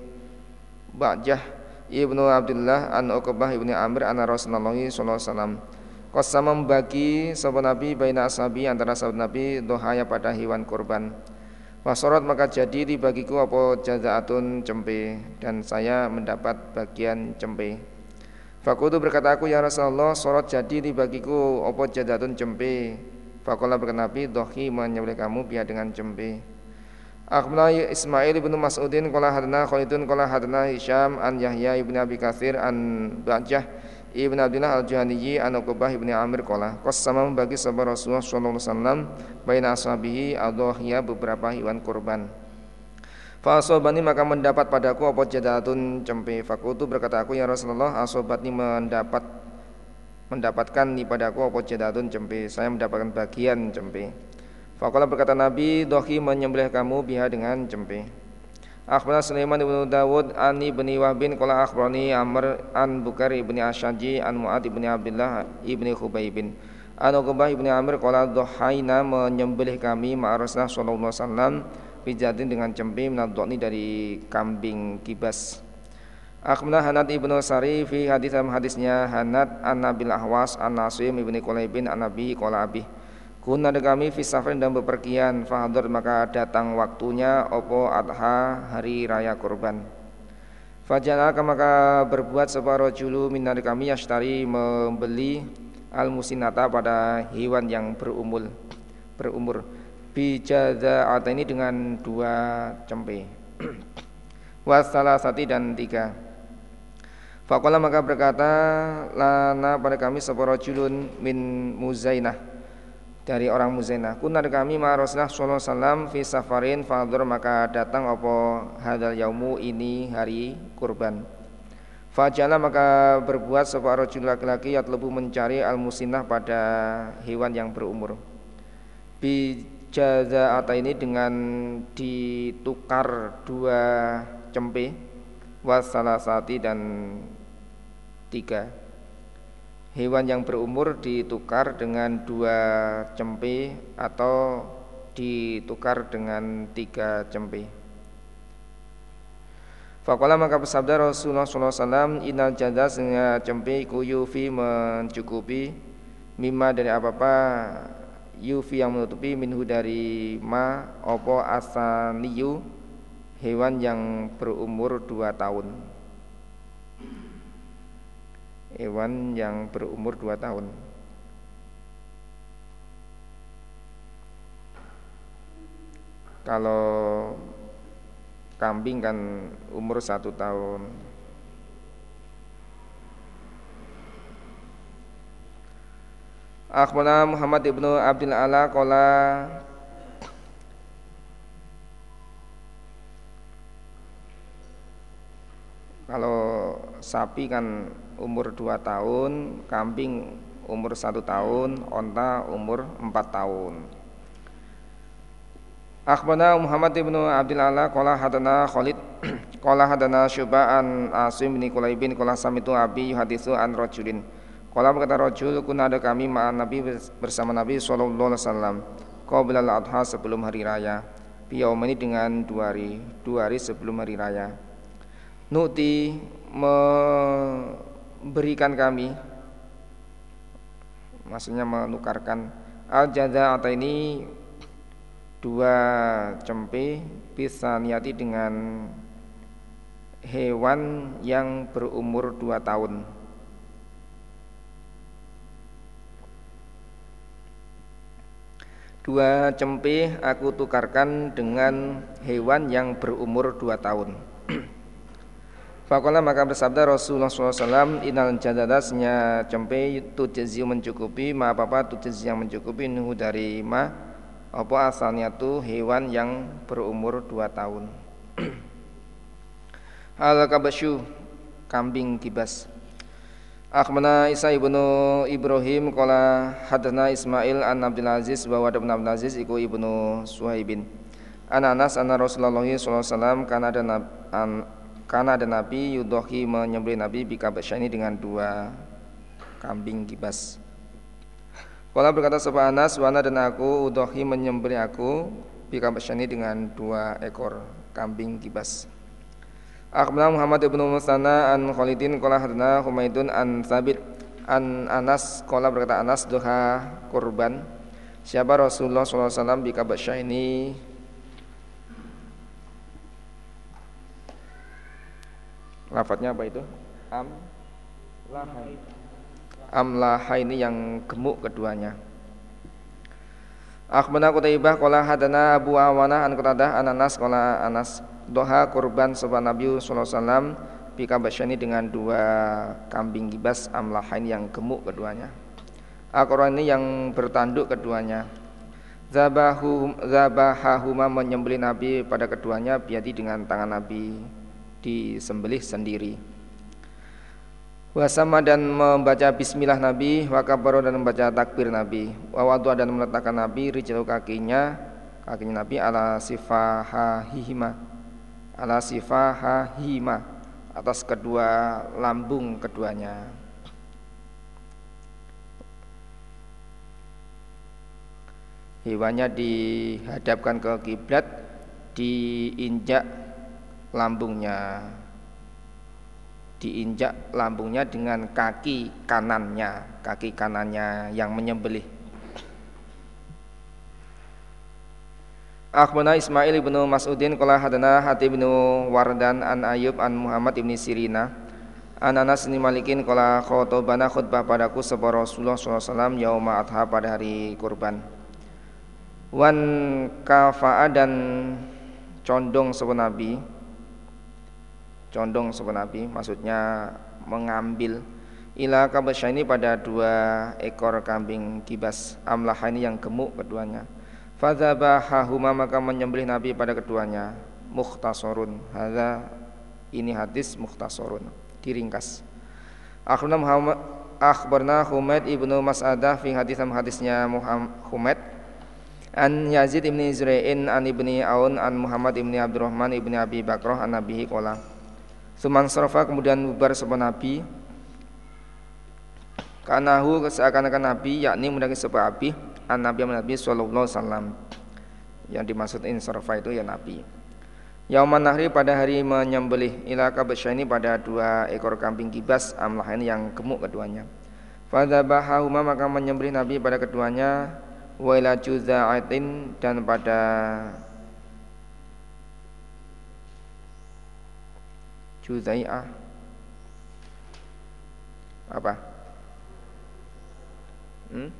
Ba'jah ibnu Abdullah an Uqbah ibnu Amr anna Rasulullah sallallahu alaihi wasallam qasama membagi sapa Nabi baina ashabi antara sahabat Nabi dohaya pada hewan kurban. Wasorot maka jadi dibagiku apa jazaatun cempe dan saya mendapat bagian cempe. Fakutu berkata aku ya Rasulullah, sorot jadi dibagiku apa jadatun cempe. Fakola berkata Nabi, dohi menyembelih kamu biar dengan cempe. Akhbarana Ismail ibnu Mas'udin qala hadana Khalidun qala hadana Hisham an Yahya ibnu Abi Katsir an Ba'jah ibnu Abdullah al-Juhani an Uqbah ibnu Amir qala qassama membagi sapa Rasulullah sallallahu alaihi wasallam baina ashabihi adhiya beberapa hewan kurban. Fa asobani maka mendapat padaku apa jadatun cempe. Fakutu berkata aku ya Rasulullah, asobatni mendapat mendapatkan ni padaku apa jadatun cempe. Saya mendapatkan bagian cempe. Faqala berkata Nabi, dohi menyembelih kamu biha dengan cempe. Akhbarana Sulaiman ibnu Dawud an ibni Wahbin qala akhbarani Amr an Bukari ibni Asyaji an Mu'ad ibni Abdullah ibni Khubaibin an Uqbah ibni Amir qala dohaina menyembelih kami ma'a Rasulullah sallallahu alaihi wasallam bijatin dengan cempe minadhani dari kambing kibas. Akhbarana Hanad ibnu Sari fi hadis hadisnya Hanad an Nabil Ahwas an Nasim ibni Qulaibin an Nabi qala abi kunna kami fi safarin dan bepergian fahadur maka datang waktunya opo adha hari raya kurban. Fajana maka berbuat separuh julu minar kami yashtari membeli al musinata pada hewan yang berumur berumur bijaza ini dengan dua cempe wasalasati dan tiga. Faqala maka berkata lana pada kami separuh julun min Muzainah dari orang Muzainah. Kunna kami ma Rasulullah sallallahu alaihi wasallam fi safarin fadur maka datang apa hadal yaumu ini hari kurban. Fajala maka berbuat separuh julun laki-laki yatlubu mencari al musinah pada hewan yang berumur. Bi jazaata ini dengan ditukar dua cempe wasalasati dan tiga. Hewan yang berumur ditukar dengan dua cempe atau ditukar dengan tiga cempe. Faqala maka bersabda Rasulullah sallallahu alaihi wasallam innal jazaa sehingga cempe iku yufi mencukupi mimma dari apa-apa yufi yang menutupi minhu dari ma opo asaniyu hewan yang berumur dua tahun. Hewan yang berumur dua tahun. Kalau kambing kan umur satu tahun. Akhbarana Muhammad ibnu Abdul Ala qala kalau sapi kan umur dua tahun, kambing umur satu tahun, onta umur empat tahun. Akhbarana Muhammad ibnu Abdul Ala qala hadana Khalid qala hadana Syu'bah an Asim bin Qulaibin qala samitu abi yuhaditsu an rajulin. Qala berkata rajul kuna ada kami ma'an Nabi bersama Nabi sallallahu alaihi wasallam qabla al-adha sebelum hari raya. Biyaumani dengan dua hari, dua hari sebelum hari raya. Nuti memberikan kami, maksudnya menukarkan al-jaza atau ini dua cempe bisa niati dengan hewan yang berumur dua tahun. Dua cempe aku tukarkan dengan hewan yang berumur dua tahun. Faqala maka bersabda Rasulullah sallallahu alaihi wasallam innal jadadasnya cempe tujzi mencukupi ma apa-apa tujzi yang mencukupi nuhu dari ma apa asalnya tuh hewan yang berumur dua tahun. Al-kabasyu, kambing kibas. Akhbarana Isa ibnu Ibrahim qala hadatsana Ismail an Abdul Aziz wa Wad bin Abdul Aziz iku ibnu Suhaibin. An Anas anna Rasulullah sallallahu alaihi wasallam kana ada an, kana ada nabi yudhi menyembelih nabi bikabasyani dengan dua kambing kibas. Qala berkata sapa Anas, wana dan aku udhi menyembelih aku bikabasyani dengan dua ekor kambing kibas. Akhbarana Muhammad ibnu Musanna an Khalidin qala hadana Humaidun an Sabit an Anas qala berkata Anas duha kurban siapa Rasulullah sallallahu alaihi wasallam bikabasyaini lafadznya apa itu? Am lahai. Am lahai ini yang gemuk keduanya. Akhbarana Qutaibah qala hadana Abu Awanah an Qatadah an Anas qala Anas doha kurban sapa Nabi sallallahu alaihi wasallam bikabasyani dengan dua kambing kibas amlahain yang gemuk keduanya. Akron ini yang bertanduk keduanya. Zabahu zabahahuma menyembelih Nabi pada keduanya biadi dengan tangan Nabi disembelih sendiri. Wasama dan membaca bismillah Nabi, wakabaro dan membaca takbir Nabi, wawadua dan meletakkan Nabi rijlu kakinya kakinya Nabi ala sifahahihima ala sifahahihima atas kedua lambung keduanya. Hewannya dihadapkan ke kiblat, diinjak lambungnya diinjak lambungnya dengan kaki kanannya, kaki kanannya yang menyembelih. Akhbarana Ismail ibnu Mas'udin qala hadana Hatib ibnu Wardan an Ayyub an Muhammad ibni Sirina an Anas bin Malikin qala khotobana khutbah padaku sapa Rasulullah sallallahu alaihi wasallam yauma adha pada hari kurban. Wan kafa'a dan condong sapa Nabi, condong sapa Nabi maksudnya mengambil ila kabasyaini pada dua ekor kambing kibas amlahani yang gemuk keduanya. Fadzabahahuma maka menyembelih Nabi pada keduanya. Mukhtasarun, hadza ini hadis mukhtasarun, diringkas. Akhbarna Muhammad akhbarna Humaid ibnu Mas'adah fi hadis hadisnya Muhammad Humaid an Yazid ibni Zura'in an ibni Aun an Muhammad ibni Abdurrahman ibni Abi Bakrah an Nabihi qala Suman sarafa kemudian bubar sapa Nabi kanahu seakan-akan Nabi yakni mendaki sapa Abi an Nabi Nabi sallallahu alaihi wasallam. Yang dimaksud insarafa itu ya Nabi. Yauman nahri pada hari menyembelih ila kabasyaini pada dua ekor kambing kibas amlahain yang gemuk keduanya. Fadzabahahuma maka menyembelih Nabi pada keduanya wa ila juza'atin dan pada juzai'ah apa? Hmm?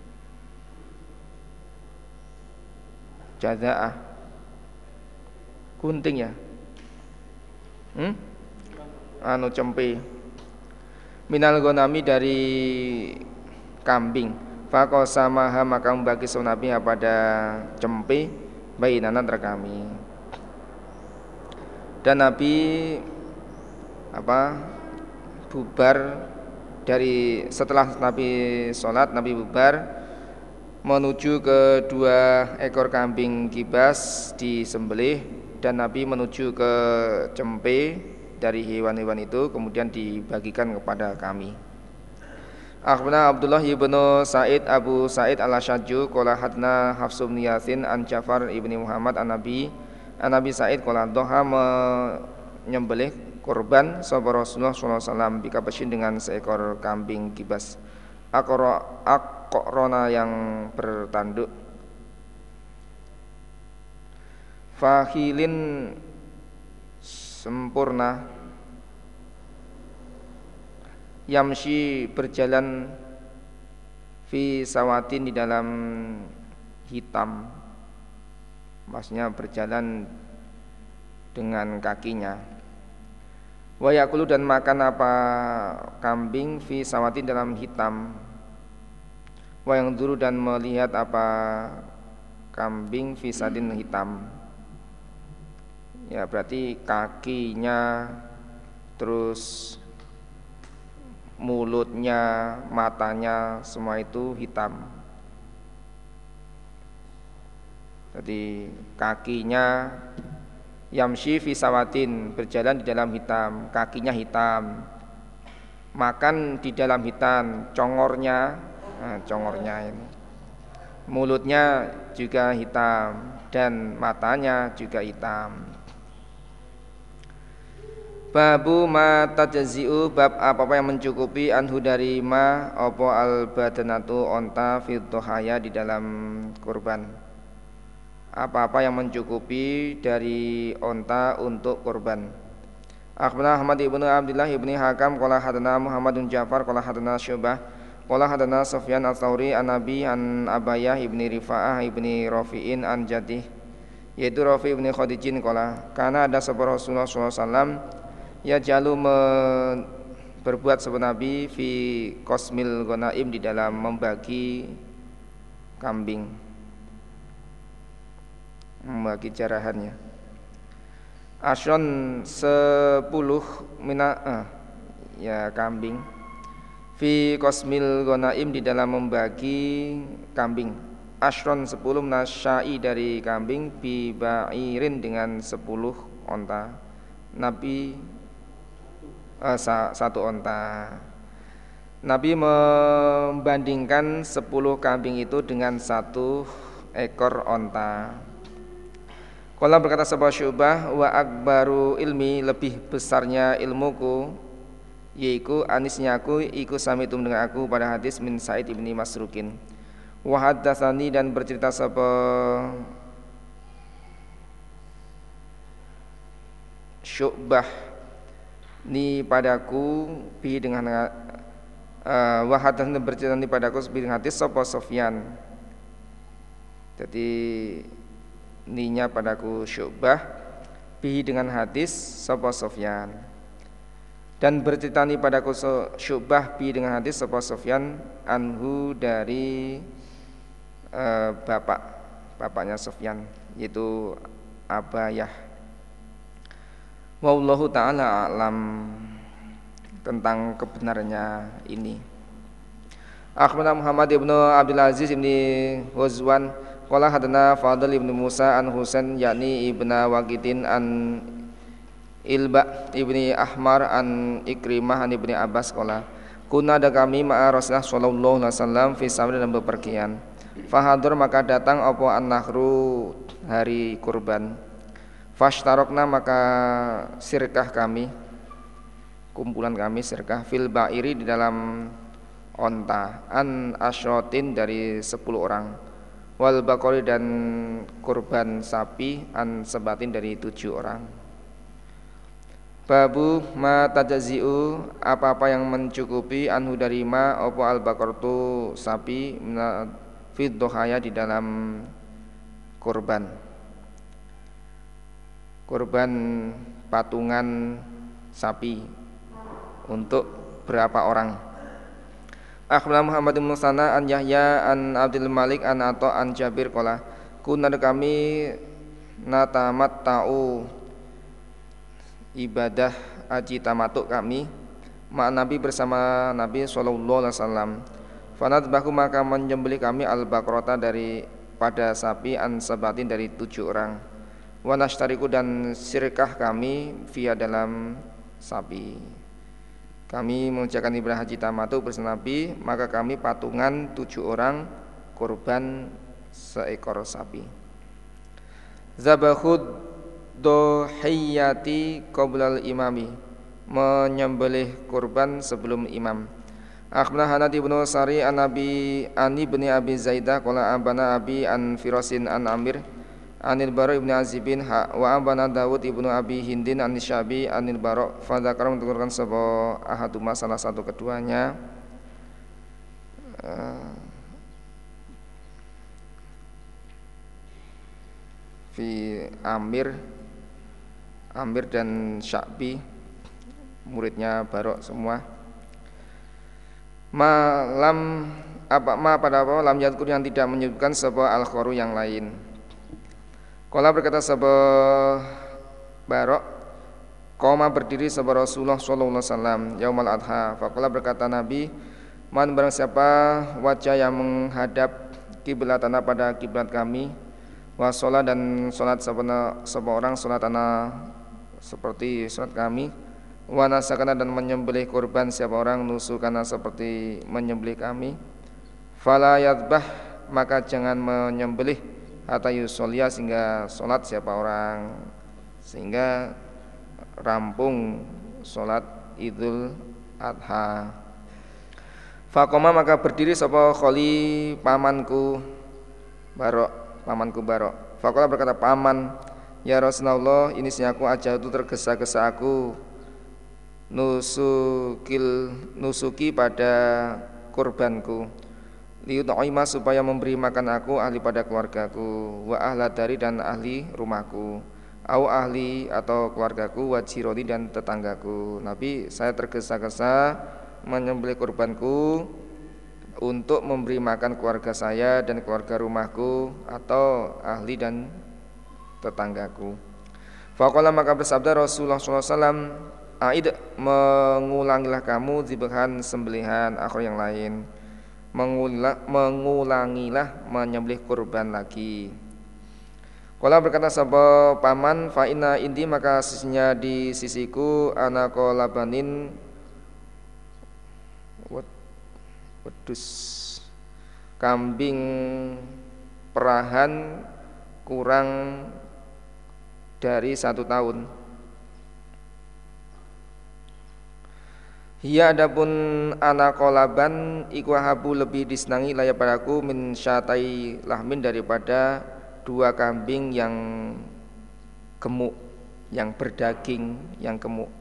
Jaza'ah kunting ya? Hmm? Anu cempe minal ghanami dari kambing. Faqasamaha maka membagi Nabi pada cempe bainana antara kami. Dan Nabi apa bubar dari setelah Nabi sholat, Nabi bubar menuju ke dua ekor kambing kibas disembelih dan Nabi menuju ke cempe dari hewan-hewan itu kemudian dibagikan kepada kami. Akhbarana Abdullah ibnu Sa'id Abu Sa'id al-Ashajju qala hadna Hafs bin Yasin an Ja'far ibni Muhammad an Nabi an Nabi Sa'id qala doha menyembelih kurban sapa Rasulullah sallallahu alaihi wasallam bikabasyin dengan seekor kambing kibas akora akorona yang bertanduk fahilin sempurna yamshi berjalan fi sawatin di dalam hitam maksudnya berjalan dengan kakinya. Wa yakulu dan makan apa kambing fi sawatin dalam hitam. Wa yang dulu dan melihat apa kambing fi sadin hitam. Ya berarti kakinya terus mulutnya, matanya semua itu hitam. Jadi kakinya yamshi fi sawatin, berjalan di dalam hitam, kakinya hitam, makan di dalam hitam, congornya, nah, congornya ini, mulutnya juga hitam dan matanya juga hitam. Babu ma tajzi'u, bab apa-apa yang mencukupi anhu dari ma apa al badanatu onta fi dhuhaya di dalam kurban. Apa-apa yang mencukupi dari onta untuk kurban. Akhbarana Ahmad ibnu Abdullah ibni Hakam qala hadana Muhammad bin Ja'far qala hadana Syu'bah qala hadana Sufyan ats-Tsauri an Nabi an Abayah ibni Rifa'ah ibni Rafi'in an jadih, yaitu Rafi' ibni Khadijin qala kana ada sahabat Rasulullah sallallahu alaihi wasallam ya jalu berbuat sebuah Nabi fi qasmil ghanaim, di dalam membagi kambing, membagi jarahannya. Ashron sepuluh mina eh, ya kambing. Fi qasmil ghanaim, di dalam membagi kambing. Ashron sepuluh nasyai dari kambing, bi ba'irin dengan sepuluh onta. Nabi eh, satu onta. Nabi membandingkan sepuluh kambing itu dengan satu ekor onta. Qala berkata sahabat Syu'bah, wa akbaru ilmi, lebih besarnya ilmuku, yaitu anisnya aku, iku samitum dengan aku pada hadis min Sa'id ibni Masrukin. Wa haddatsani, dan bercerita sahabat Syu'bah ni padaku bi dengan uh, wa haddatsani, bercerita ni padaku bi dengan hadis sahabat Sufyan. Jadi ninya padaku Syu'bah bihi dengan hadis sapa Sufyan, dan berceritani padaku Syu'bah bihi dengan hadis sapa Sufyan anhu dari uh, bapak bapaknya Sufyan, yaitu Abayah. Wallahu ta'ala a'lam tentang kebenarannya ini. Akhbarana Muhammad ibnu Abdul Aziz ibni Huzwan qala hadana Fadl ibnu Musa an Husain yakni ibna Waqidin an Ilba ibni Ahmar an Ikrimah an ibni Abbas qala kunna ada kami ma'a Rasulullah sallallahu alaihi wasallam fi samri, dalam bepergian. Fahadur, maka datang apa an-nahru, hari kurban. Fashtarokna, maka sirkah kami, kumpulan kami sirkah, fil ba'iri, di dalam onta, an asrotin, dari sepuluh orang, wal bakori, dan kurban sapi, an sebatin, dari tujuh orang. Babu ma tajazi'u, apa-apa yang mencukupi, anhu dari ma opo al bakortu, sapi, fid dohaya, di dalam kurban, kurban patungan sapi untuk berapa orang. Akhbarana Muhammad bin Musana an Yahya an Abdul Malik an Atha an Jabir qala kunna kami natamat ta'u, ibadah haji tamatuk kami ma Nabi, bersama Nabi sallallahu alaihi wasallam. Fanadbahu, maka menyembelih kami al-baqrata, dari pada sapi, an sabatin, dari tujuh orang. Wa nashtariku, dan sirkah kami via dalam sapi. Kami mengerjakan ibadah haji tamatuk bersama Nabi, maka kami patungan tujuh orang, kurban seekor sapi. Zabahud dohiyati qoblal imami, menyembelih kurban sebelum imam. Akhbarana Hanad ibnu Sari an Abi Ani bin Abi Zaidah qala abana Abi an Firasin an Amir anil Bara ibnu Azibin wa abana Dawud ibnu Abi Hindin an Syabi anil Bara, fa dzakara, menurunkan sebuah ahaduma, salah satu keduanya, uh, fi Amir Amir dan Syabi, muridnya Barok semua. Malam apa ma pada apa lam yadkur, yang tidak menyebutkan sebuah al-khoru yang lain. Qala berkata sebuah Barok, Qoma berdiri sapa Rasulullah sallallahu alaihi wasallam yaumal adha. Faqala berkata Nabi, man barang siapa wajah yang menghadap kiblatana pada kiblat kami, wa sholat dan sholat sapa orang sholat ana seperti sholat kami, wa nasakana dan menyembelih kurban siapa orang nusukana seperti menyembelih kami, fala yadbah maka jangan menyembelih hatta yusolya sehingga sholat siapa orang, sehingga rampung sholat Idul Adha. Faqoma maka berdiri sapa kholi pamanku Barok, pamanku Barok. Faqala berkata paman, ya Rasulullah, ini si aku aja itu tergesa-gesa aku nusukil nusuki pada kurbanku. Liyut'ima supaya memberi makan aku ahli pada keluargaku, wa ahla dari dan ahli rumahku, au ahli atau keluargaku, wa jironi dan tetanggaku. Nabi, saya tergesa-gesa menyembelih kurbanku untuk memberi makan keluarga saya dan keluarga rumahku atau ahli dan tetanggaku. Faqala maka bersabda Rasulullah sallallahu alaihi wasallam, aid mengulangilah kamu dzibhan sembelihan akhir yang lain, mengulangilah, mengulangilah menyembelih kurban lagi. Qala berkata sapa paman, fa inna indi maka sisinya di sisiku anako labanin wedus kambing perahan kurang dari satu tahun. Hiya adapun anakolaban iku habu lebih disenangi layak padaku min syatai lahmin daripada dua kambing yang gemuk, yang berdaging, yang gemuk.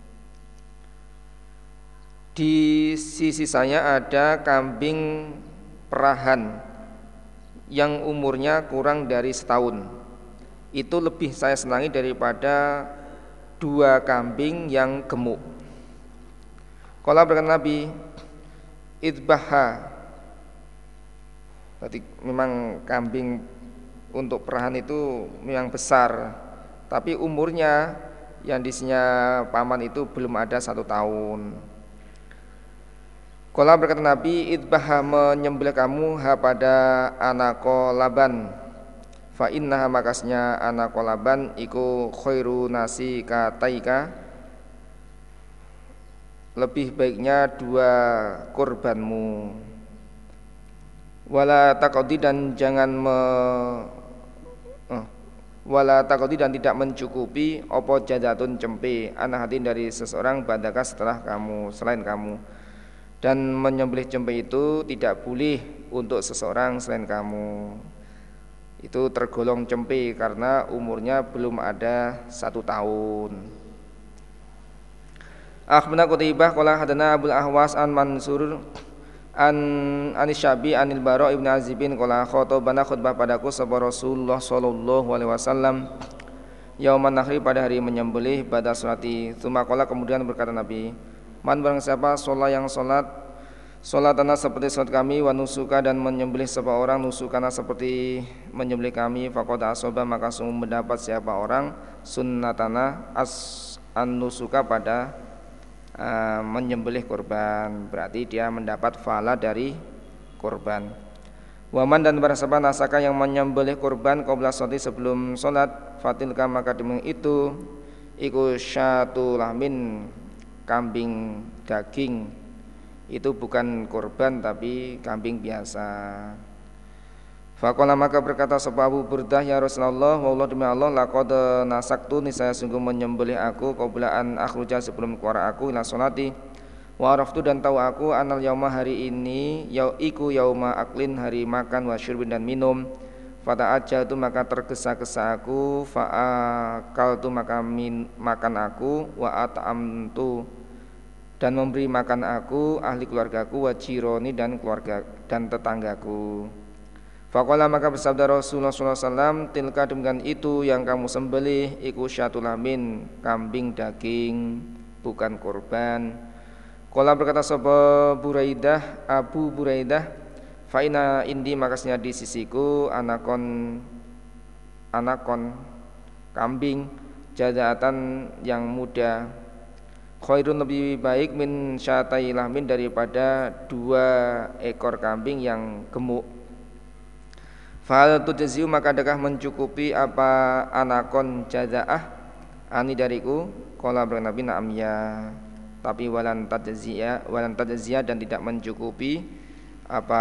Di sisi saya ada kambing perahan yang umurnya kurang dari setahun. Itu lebih saya senangi daripada dua kambing yang gemuk. Qala berkata Nabi, idbaha. Berarti memang kambing untuk perahan itu memang besar, tapi umurnya yang disinya paman itu belum ada satu tahun. Qala berkata Nabi, idbaha menyembelih kamu ha pada anako laban, fa innaha makasnya anako laban iku khairu nasi kataika, lebih baiknya dua kurbanmu. Wala taqdi dan jangan me eh, wala taqdi dan tidak mencukupi opo jadatun cempe anahatin dari seseorang badaka setelah kamu, selain kamu. Dan menyembelih cempe itu tidak boleh untuk seseorang selain kamu. Itu tergolong cempe karena umurnya belum ada satu tahun. Akhbarana Qutaibah qala hadana Abul Ahwas an Mansur an Anisyabi anil Bara' ibn Azibin qala khatabana khutbah padaku sapa Rasulullah sallallahu alaihi wasallam yauman nahri pada hari menyembelih pada salati. Tsumma qala kemudian berkata Nabi, man barang siapa sholat yang sholat sholatana seperti sholat kami, wa nusuka dan menyembelih sapa orang nusukana seperti menyembelih kami, faqad asoba maka sungguh mendapat siapa orang sunnatana as an nusuka pada Uh, menyembelih kurban, berarti dia mendapat fala dari kurban. Waman dan barasaba nasaka yang menyembelih kurban qabla sholati sebelum sholat, fatilka maka demi itu iku syatu lahmin kambing daging, itu bukan kurban tapi kambing biasa. Faqala maka berkata sapa Abu Burdah, ya Rasulullah, wallah demi Allah, laqad nasaktu niscaya sungguh menyembelih aku qabla an akhruja sebelum keluar aku ila sholati, wa araftu dan tahu aku anal yauma hari ini yau iku yauma aklin hari makan wa syurbin dan minum, fata'ajjal tu maka tergesa-gesa aku, fa'akal tu maka min, makan aku, wa at'amtu dan memberi makan aku ahli keluargaku, wa jironi dan keluarga dan tetanggaku. Faqala maka bersabda Rasulullah sallallahu alaihi wasallam, tilka demikian itu yang kamu sembelih iku syatul lamin kambing daging bukan kurban. Qala berkata sapa Buraidah, Abu Buraidah, fa ina indi makasnya di sisiku anakon anakon kambing jaza'atan yang muda, khairun lebih baik min syatai lahmin daripada dua ekor kambing yang gemuk. Fahal tujzi'u maka adakah mencukupi apa anakon jaza'ah ani dariku? Qala Nabi na'am ya, tapi walan tajziya walan tajziya dan tidak mencukupi apa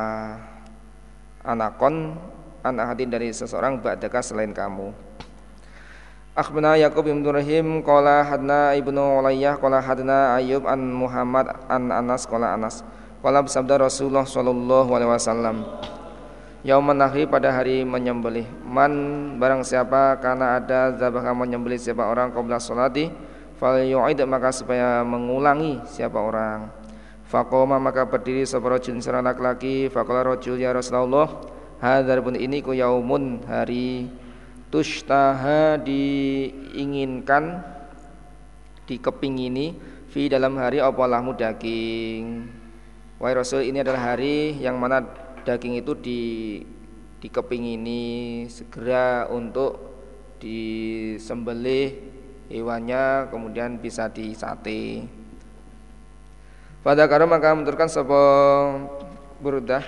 anakon an ahadin dari seseorang ba'daka selain kamu. Akhbarana Yaqub bin Rahim qala hadna Ibnu Ulayyah qala hadna Ayyub an Muhammad an Anas qala Anas qala sabda Rasulullah sallallahu alaihi wasallam yauman nahri pada hari menyembelih, man barang siapa karena ada zabah menyembelih siapa orang qabla sholati fal yu'id maka supaya mengulangi siapa orang. Faqoma maka berdiri sapa rajul seorang laki-laki, faqala rajul ya Rasulullah hadzal pun ini ku yaumun hari tushtaha diinginkan dikepingini fi dalam hari apa lahmu daging. Wahai Rasul, ini adalah hari yang mana daging itu di dikepingini segera untuk disembelih hewannya kemudian bisa disate. Pada karo maka menurutkan sapa Burdah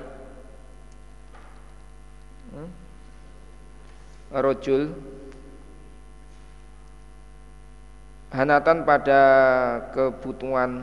hmm? rojul hanatan pada kebutuhan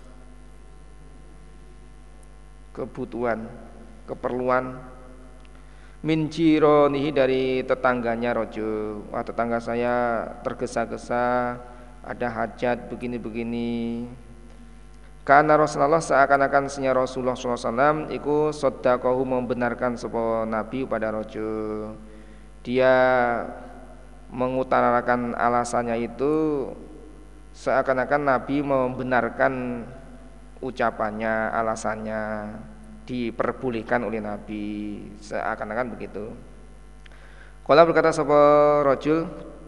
kebutuhan keperluan min jironihi dari tetangganya rojul. Wah, tetangga saya tergesa-gesa ada hajat begini-begini. Karena Rasulullah seakan-akan senya Rasulullah sallallahu alaihi wasallam iku sodakohu membenarkan sapa Nabi pada rojul. Dia mengutarakan alasannya itu seakan-akan Nabi membenarkan ucapannya, alasannya diperbolehkan oleh Nabi, seakan-akan begitu. Qala berkata sapa rajul,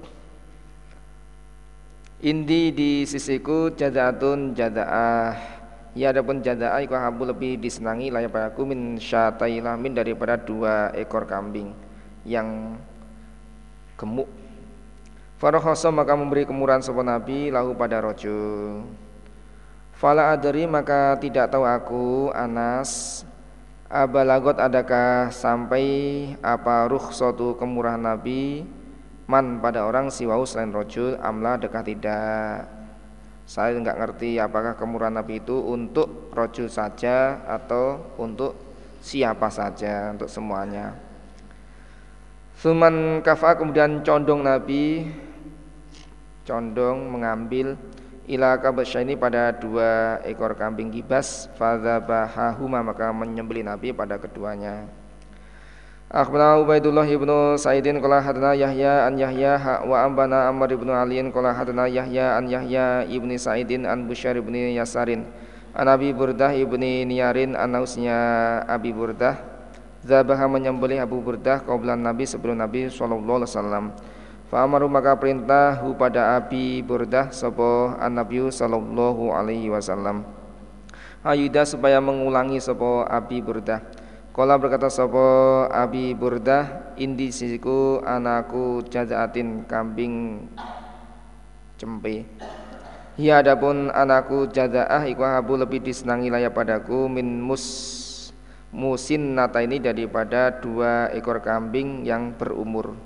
indi di sisiku jaza'atun jaza'ah, ya adapun jaza'ah iku habu lebih disenangi layak padaku min syatai lahmin daripada dua ekor kambing yang gemuk. Farakhasa maka memberi kemurahan sapa Nabi lahu pada rajul. Fala adri maka tidak tahu aku Anas abalagot adakah sampai apa rukhsatu kemurahan Nabi man pada orang siwau selain rajul amla adakah tidak. Saya enggak ngerti apakah kemurahan Nabi itu untuk rajul saja atau untuk siapa saja, untuk semuanya. Suman kafa kemudian condong Nabi condong mengambil ila kabasyaini pada dua ekor kambing gibas fadzabahahuma maka menyembelih Nabi pada keduanya. Akhbarana Ubaidullah ibnu Sa'idin qala hadana Yahya an Yahya wa ambana Amr ibnu Aliin qala hadana Yahya an Yahya ibni Sa'idin an Busyair ibni Yasarin an Abi Burdah ibni Niyarin an nausnya Abi Burdah zabaha menyembelih Abu Burdah qablan Nabi sebelum Nabi sallallahu alaihi wasallam. Fa'amaru maka perintah pada Abi Burdah sapa an-Nabi sallallahu alaihi wasallam ayuda supaya mengulangi sapa Abi Burdah. Qala berkata sapa Abi Burdah indi sisiku anakku jazaatin kambing cempe. Ya adapun anakku jazaah iku habu lebih disenangi layak padaku min mus musin nata ini daripada dua ekor kambing yang berumur.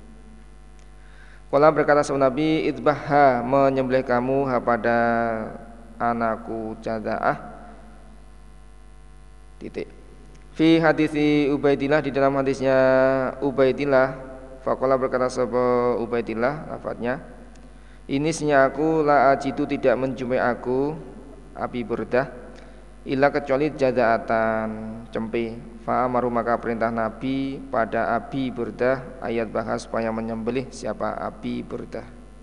Qala berkata sahabat Nabi idbahha menyembelih kamu ha pada anakku jazaah titik. Fi hadisi Ubaidillah di dalam hadisnya Ubaidillah faqala berkata sahabat Ubaidillah lafadznya ini sesungguhnya aku la ajidu tidak menjumpai aku Abi Burdah illa kecuali jazaatan cempe. Fa amaru maka perintah Nabi pada Abi Burdah ayat bahas supaya menyembelih siapa Abi Burdah.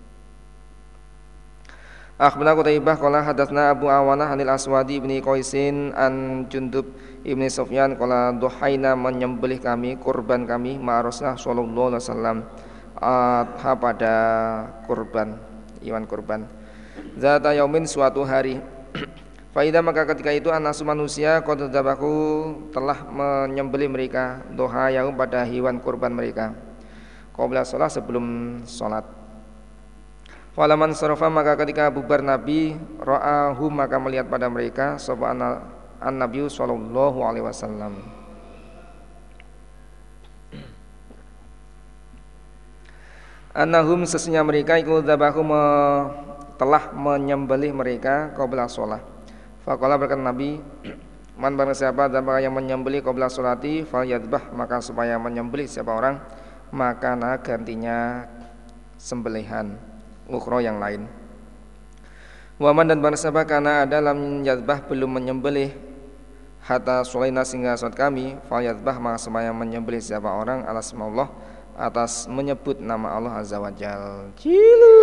Akhbarana Qutaibah qala hadatsna Abu Awanah anil Aswadi ibni Qaisin an Jundub ibni Sufyan qala duhaina menyembelih kami kurban kami ma Rasulullah sallallahu alaihi wasallam adha pada kurban iwan kurban zata yaumin suatu hari. Faidah maka ketika itu anasu manusia qad dzabahu telah menyembelih mereka doha yaum pada hewan kurban mereka qabla shalah sebelum salat. Falaman sarafa maka ketika bubar Nabi, ra'ahu maka melihat pada mereka sapa an-Nabi sallallahu alaihi wasallam. Annahum sesungguhnya mereka iku dzabahu me, telah menyembelih mereka qabla shalah. Faqala berkata Nabi, man barang siapa dzabah yang menyembelih qabla sholati falyadbah maka supaya menyembelih siapa orang maka nah gantinya sembelihan ukhra yang lain. Waman dan barang siapa karena ada lam yadbah belum menyembelih hatta sholaina sehingga salat kami falyadbah maka supaya menyembelih siapa orang alasmaullah atas menyebut nama Allah azza wajal. Cilu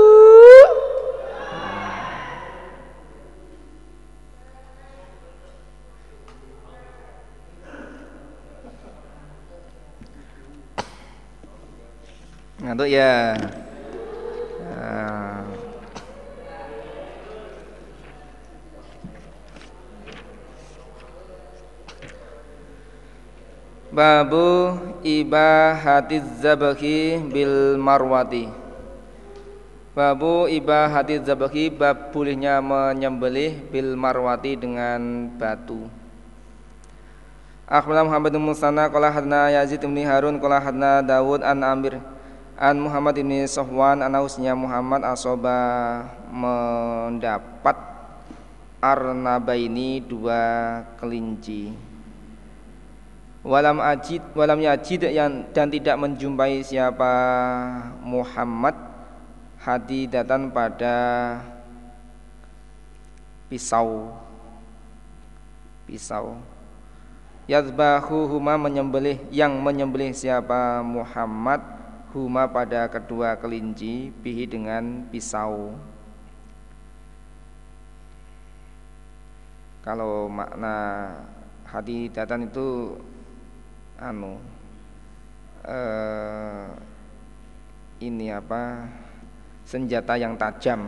ngantuk ya. Nah. Babu ibahatiz zabhi bil marwati. Babu ibahatiz zabhi bab bolehnya menyembelih bil marwati dengan batu. Akhbarana Muhammad bin Musanna qala hadna Yazid bin Harun qala hadna Dawud an Amir an Muhammad bin Safwan anausnya Muhammad asoba mendapat arnabaini dua kelinci. Walam ajid walam yajid yang dan tidak menjumpai siapa Muhammad hadidatan pada pisau pisau yadbahu huma menyembelih yang menyembelih siapa Muhammad huma pada kedua kelinci bihi dengan pisau. Kalau makna hadidatan itu anu eh, ini apa senjata yang tajam.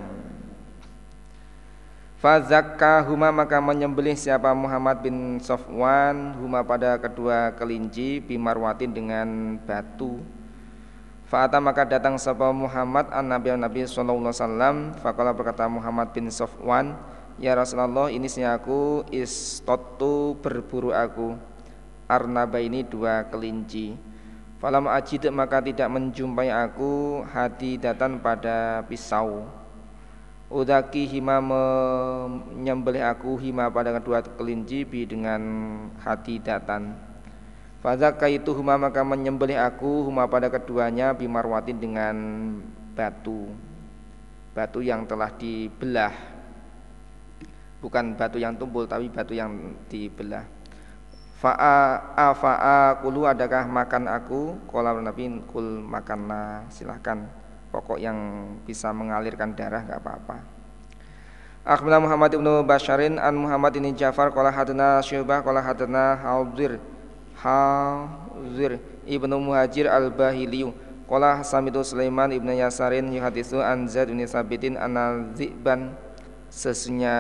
Fazakka huma maka menyembelih siapa Muhammad bin Safwan huma pada kedua kelinci bimarwatin dengan batu. Fa'ata maka datang sapa Muhammad an Nabi Nabi sallallahu alaihi wasallam faqala berkata Muhammad bin Safwan ya Rasulullah ini aku istatu berburu aku arnaba ini dua kelinci. Falam ajid maka tidak menjumpai aku hadidatan pada pisau. Udaki hima menyembelih aku hima pada kedua kelinci bi dengan hadidatan. Fadzaka itu huma maka menyembelih aku huma pada keduanya bimarwatin dengan batu. Batu yang telah dibelah. Bukan batu yang tumpul tapi batu yang dibelah. Fa'a afa'a kulu adakah makan aku? Qala Nabi kul makanlah silahkan. Pokok yang bisa mengalirkan darah enggak apa-apa. Akhbarana Muhammad ibnu Basharin an Muhammad bin Ja'far qala hadana Syu'bah qala hadana Haudzir Haudzir ibnu Muhajir al-Bahiliyu qala samitu Sulaiman ibnu Yasarin yuhaditsu an Zaid bin Sabitin an Ziban sesungguhnya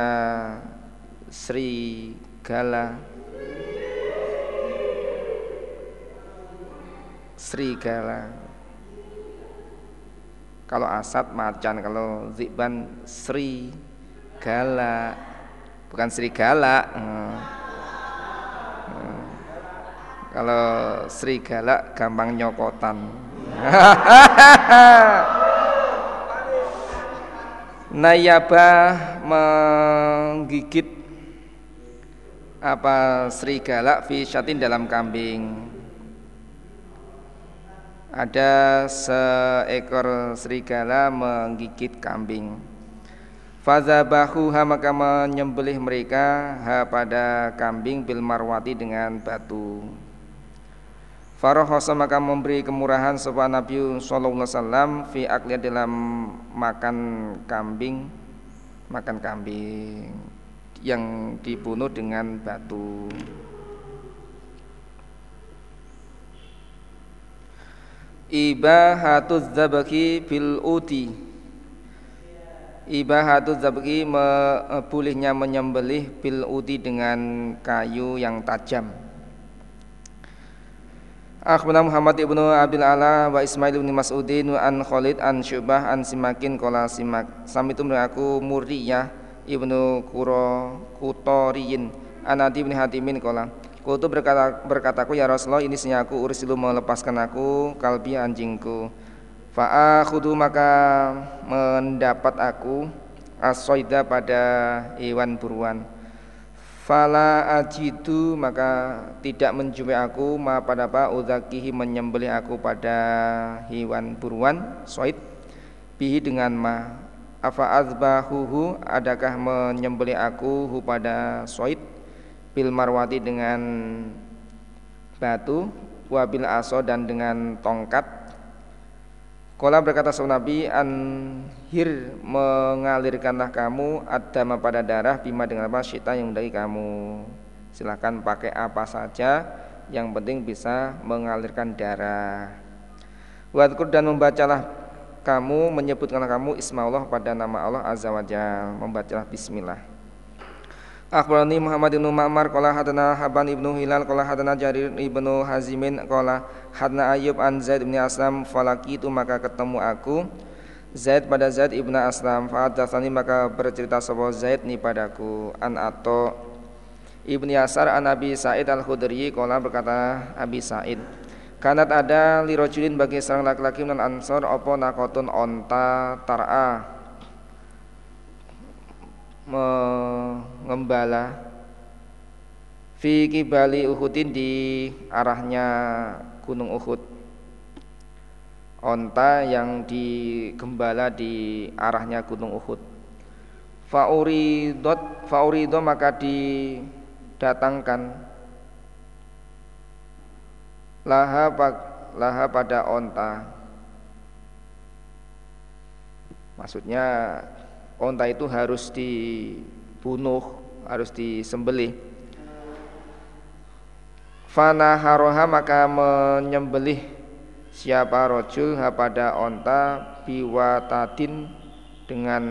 serigala serigala. Kalau asad macan, kalau ziban serigala. Bukan serigala. Hmm. Hmm. Kalau serigala gampang nyokotan. Nayabah menggigit apa serigala fi syatin dalam kambing. Ada seekor serigala menggigit kambing. Fazabahuha maka menyembelih mereka ha pada kambing bil marwati dengan batu. Farohosa maka memberi kemurahan sapa Nabi sallallahu alaihi wasallam fi akli dalam makan kambing, makan kambing yang dibunuh dengan batu. Ibahatuz zabaki bil uti. Ibahatuz zabaki bolehnya menyembelih bil uti dengan kayu yang tajam. Akhbarana Muhammad ibnu Abdul Ala wa Ismail ibnu Mas'udin wa an Khalid an Syu'bah an Simakin qala Simak samitu aku Murriyah ibnu Qura Qutoriyin an Adi bin Hatimin qala Qultu berkata berkataku ya Rasulullah ini sesungguhnya aku ursilu melepaskan aku kalbi anjingku fa akhudhu maka mendapat aku as-soida pada hewan buruan fala ajidu maka tidak menjumpai aku ma pada apa udzakihi menyembelih aku pada hewan buruan soid bihi dengan ma afa azbahuhu adakah menyembelih aku hu pada soid bil marwati dengan batu wabil aso dan dengan tongkat. Qala berkata sahabat Nabi anhir mengalirkanlah kamu adama pada darah bima dengan apa syita yang dari kamu. Silahkan pakai apa saja yang penting bisa mengalirkan darah. Wadkur dan membacalah kamu menyebutkanlah kamu isma Allah pada nama Allah azza wajalla, membacalah bismillah. Akhbarani Muhammad ibnu Ma'mar qala hadana Haban ibnu Hilal qala hadana Jarir ibnu Hazimin qala hadna Ayyub an Zaid bin Aslam falakitu maka ketemu aku Zaid pada Zaid ibnu Aslam fa'adatsani maka bercerita sapa Zaid ni padaku an Ato ibnu Yasar an Abi Sa'id al-Khudri qala berkata Abi Sa'id kanat ada lirajulin bagi seorang laki-laki min Ansor apa nakotun onta tar'a mengembala fi kibali Uhudin di arahnya gunung Uhud onta yang digembala di arahnya gunung Uhud fauridot faurido maka didatangkan laha laha pada onta maksudnya onta itu harus dibunuh, harus disembelih. Fana haroha maka menyembelih siapa rojul pada onta biwatadin dengan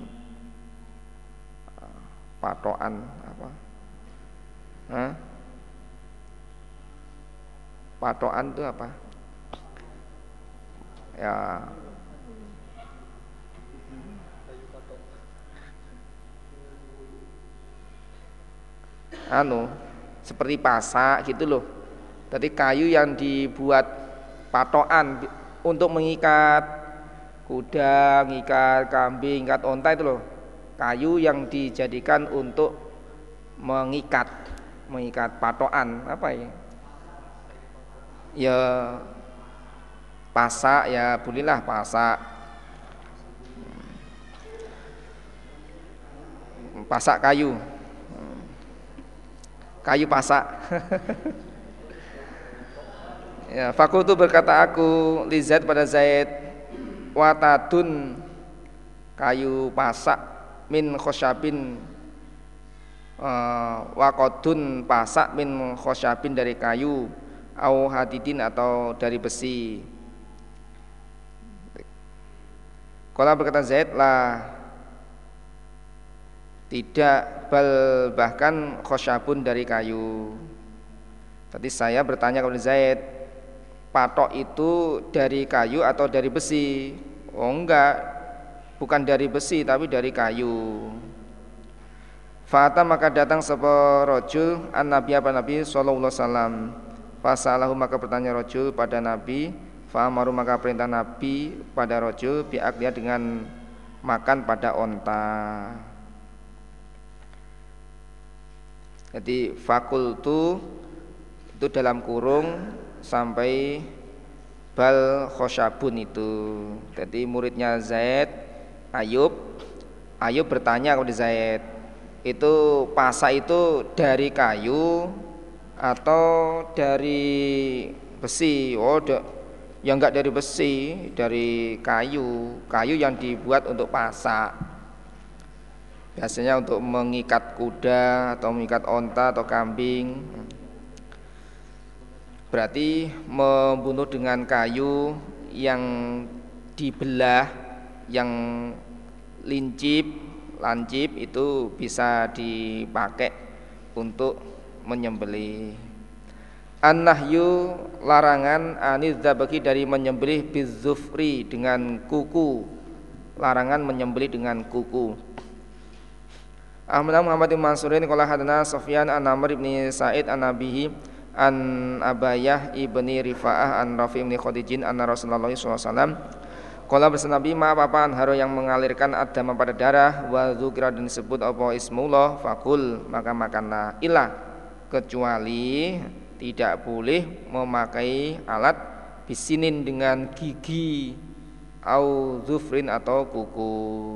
patokan apa? Hah? Patokan itu apa? Ya. Anu seperti pasak gitu loh. Tadi kayu yang dibuat patokan untuk mengikat kuda, mengikat kambing, mengikat onta itu loh. Kayu yang dijadikan untuk mengikat, mengikat patokan apa ya? Ya pasak ya bolehlah pasak. Pasak kayu. Kayu pasak. Ya, fakultu berkata aku li Zaid pada Zaid watadun kayu pasak min khosyabin uh, wakodun pasak min khosyabin dari kayu au hadidin atau dari besi. Qala berkata Zaid lah tidak bal bahkan khosyabun dari kayu. Tadi saya bertanya kepada Zaid, patok itu dari kayu atau dari besi? Oh enggak, bukan dari besi tapi dari kayu. Fata maka datang sapa rajul an nabi apa nabi sallallahu alaihi wasallam. Fasalahu maka bertanya rajul pada nabi, fa amaru maka perintah nabi pada rajul bi'akliya dengan makan pada onta. Jadi fakultu itu dalam kurung sampai bal khosyabun itu. Jadi muridnya Zaid Ayub Ayub bertanya kepada Zaid, itu pasak itu dari kayu atau dari besi? Oh, ya enggak dari besi, dari kayu. Kayu yang dibuat untuk pasak. Biasanya untuk mengikat kuda atau mengikat onta atau kambing. Berarti membunuh dengan kayu yang dibelah, yang lincip, lancip itu bisa dipakai untuk menyembelih. An-nahyu larangan anidzabaki dari menyembelih bizufri dengan kuku, larangan menyembelih dengan kuku. Ahmad Muhammad bin Mansurin qala hadana Sufyan an Amr bin Sa'id an Nabihi an Abayah ibni Rifa'ah an Rafi' bin Khadijin anna Rasulullah sallallahu alaihi wasallam qala bersabda Nabi ma apa-apaan haro yang mengalirkan adama pada darah wa dzukira dan disebut apa ismullah fakul maka makanlah illa kecuali tidak boleh memakai alat bisinin dengan gigi au zufrin atau kuku.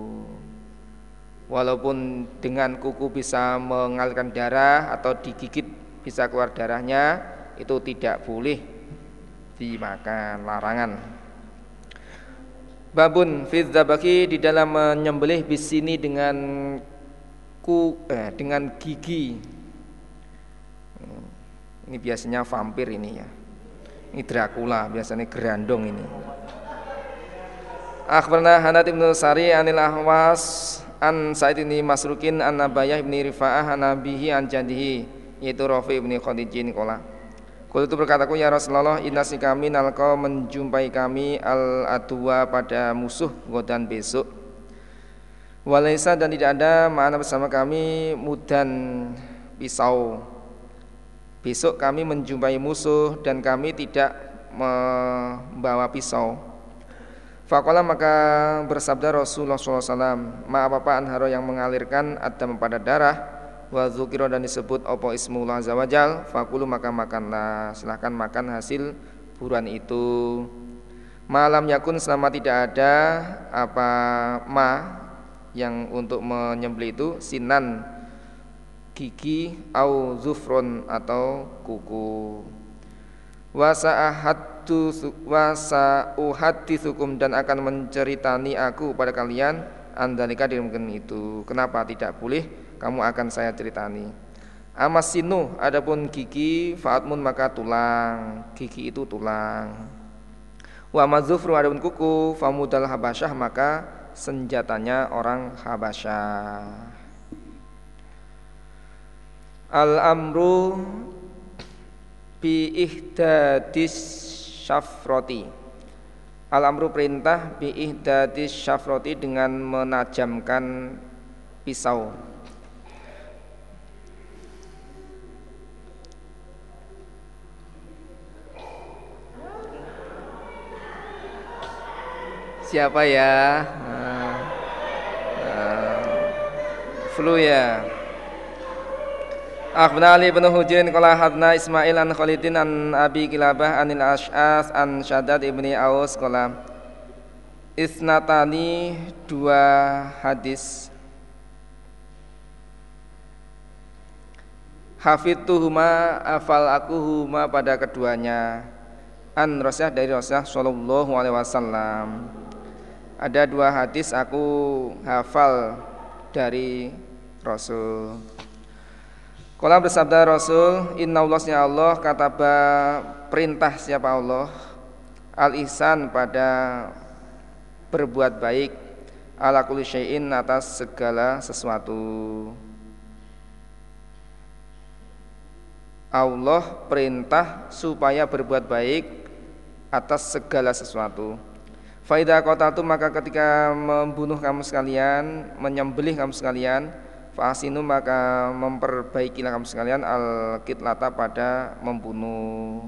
Walaupun dengan kuku bisa mengalirkan darah atau digigit bisa keluar darahnya, itu tidak boleh dimakan, larangan. Babun fi dzabaki di dalam menyembelih bisini dengan ku eh, dengan gigi. Ini biasanya vampir ini ya. Ini Dracula, biasanya gerandong ini. Akhbarna Hanad ibn Sari anil Ahwas an Sa'id bin Masrukin an Nabayah bin Rifa'ah an Nabihi an jadihi yaitu Rafi' bin Khadijin qala. Qul itu berkataku ya Rasulullah innasi kami nalqa menjumpai kami al adwa pada musuh godan besok. Walaisa dan tidak ada ma'ana bersama kami mudan pisau. Besok kami menjumpai musuh dan kami tidak membawa pisau. Faqala maka bersabda Rasulullah sallallahu alaihi wasallam, ma apa-apaan haro yang mengalirkan adam pada darah wa dzukira dan disebut apa ismullah azza wajal, faqulu maka makanlah, silahkan makan hasil buruan itu. Malam yakun selama tidak ada apa ma yang untuk menyembelih itu sinan gigi au zufron atau kuku. Wasa'ahadtu wasa'uhaditsukum dan akan menceritani aku pada kalian andalika demikian itu. Kenapa tidak boleh? Kamu akan saya ceritani. Amasinu adapun gigi fa'atmun maka tulang. Gigi itu tulang. Wa mazufru adapun kuku famudal habasyah maka senjatanya orang Habasyah. Al-amru bi ihdadis syafroti. Al-amru perintah bi ihdadis syafroti dengan menajamkan pisau. Siapa ya? Nah, nah, flu ya. Akhbarana Ali bin Hujrin qala hadna Ismail an Khalidin an Abi Kilabah anil Ash'as an Shaddad ibni Aus qala isnatani dua hadis hafidtuhuma afal aku huma pada keduanya an Rasulullah dari Rasulullah sallallahu alaihi wasallam. Ada dua hadis aku hafal dari Rasul. Qala bersabda Rasul, inna Allahnya Allah kataba perintah siapa Allah al-ihsan pada berbuat baik ala kulli syai'in atas segala sesuatu. Allah perintah supaya berbuat baik atas segala sesuatu. Fa idza qataltum maka ketika membunuh kamu sekalian, menyembelih kamu sekalian, Fa'asinu maka memperbaikilah kamu sekalian al-kitlata pada membunuh.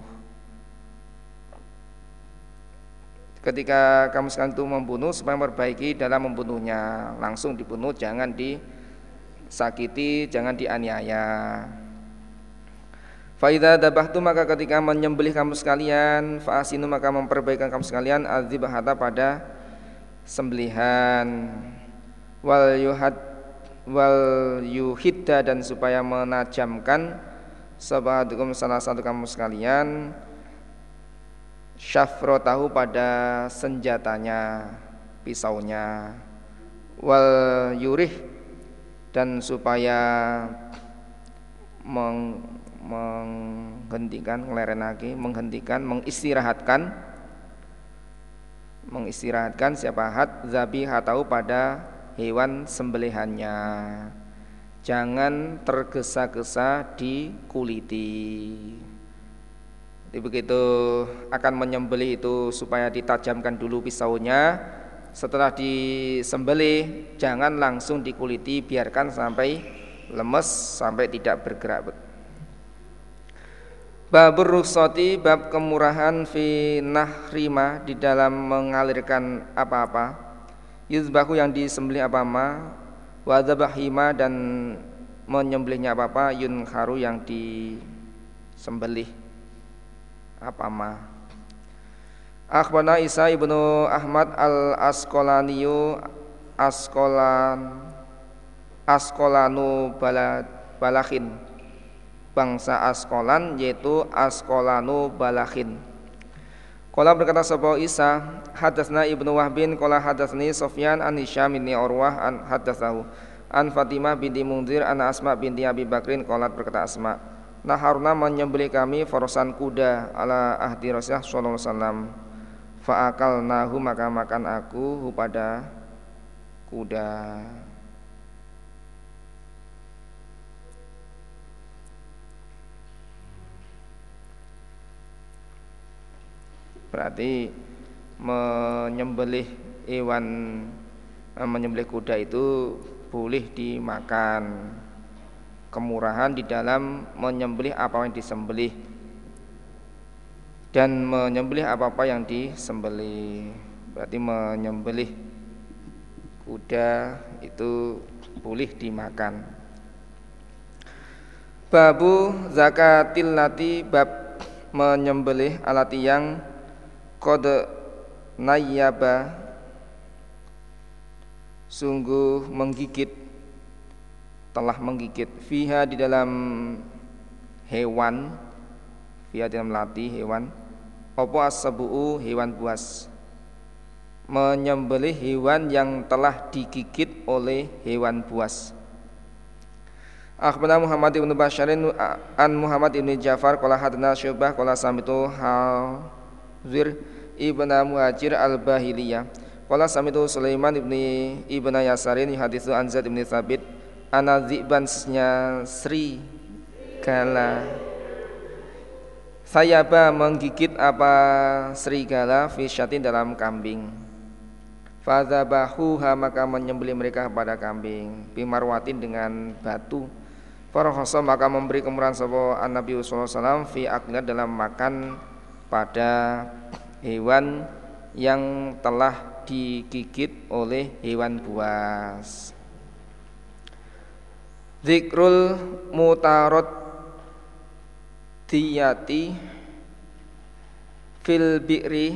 Ketika kamu sekalian itu membunuh supaya memperbaiki dalam membunuhnya. Langsung dibunuh, jangan disakiti, jangan dianiaya. Fa'idza dabahtu maka ketika menyembelih kamu sekalian, fa'asinu maka memperbaikan kamu sekalian al-dzibhata pada sembelihan. Wal yuhad wal yuhidda dan supaya menajamkan sabahadukum salah satu kamu sekalian syafrotahu pada senjatanya pisaunya wal yurih dan supaya meng, menghentikan ngelerenake menghentikan mengistirahatkan mengistirahatkan siapa had zabihatahu pada hewan sembelihannya. Jangan tergesa-gesa dikuliti. Jadi begitu akan menyembelih itu supaya ditajamkan dulu pisaunya. Setelah disembelih jangan langsung dikuliti, biarkan sampai lemes, sampai tidak bergerak. Babur rukhsati, bab kemurahan fi nahrima, di dalam mengalirkan apa-apa. Yuzbahu, yang disembelih apa-apa, wa dzabahima, dan menyembelihnya apa-apa, yunharu, yang disembelih apa-apa. Akhbarana Isa ibnu Ahmad al-Asqalaniyu Asqalan Asqalanu Balakhin, bangsa Asqalan, yaitu Asqalanu Balakhin. Qala berkata sapa Isa, hadatsna Ibnu Wahbin qala hadatsni Sufyan an Hisyam bin Urwah an hadatsahu an Fatimah binti Munzir an Asma binti Abi Bakrin qalat, berkata Asma, naharna, menyembelih kami, forosan, kuda, ala ahdi Rasulullah sallallahu alaihi wasallam, fa'akalnahu, maka makan aku pada kuda. Berarti menyembelih hewan, menyembelih kuda itu boleh dimakan. Kemurahan di dalam menyembelih apa yang disembelih dan menyembelih apa-apa yang disembelih. Berarti menyembelih kuda itu boleh dimakan. Babu zakatil lati, bab menyembelih alati yang qad nayyaba, sungguh menggigit, telah menggigit, fiha, di dalam hewan, fiha, di dalam lati hewan, opo as-sabu'u, hewan buas. Menyembelih hewan yang telah digigit oleh hewan buas. Akhbarana Muhammad ibn Basharin an Muhammad ibn Ja'far qala hadana Syu'bah qala samitu Hazir ibn Muhajir al-Bahiliyah qala samitu Sulaiman ibn ibn Yasarin hadithu an Zaid ibn Thabit ana dziban, sesnya Sri Gala, sayaba, menggigit apa serigala, fi syatin, dalam kambing, fadzabahuha, maka menyembelih mereka pada kambing, bimarwatin, dengan batu, farahasa, maka memberi kemurahan sapa an-nabi sallallahu alaihi wasallam, fi akla, dalam makan pada hewan yang telah digigit oleh hewan buas. Zikrul mutarad diyati fil bi'ri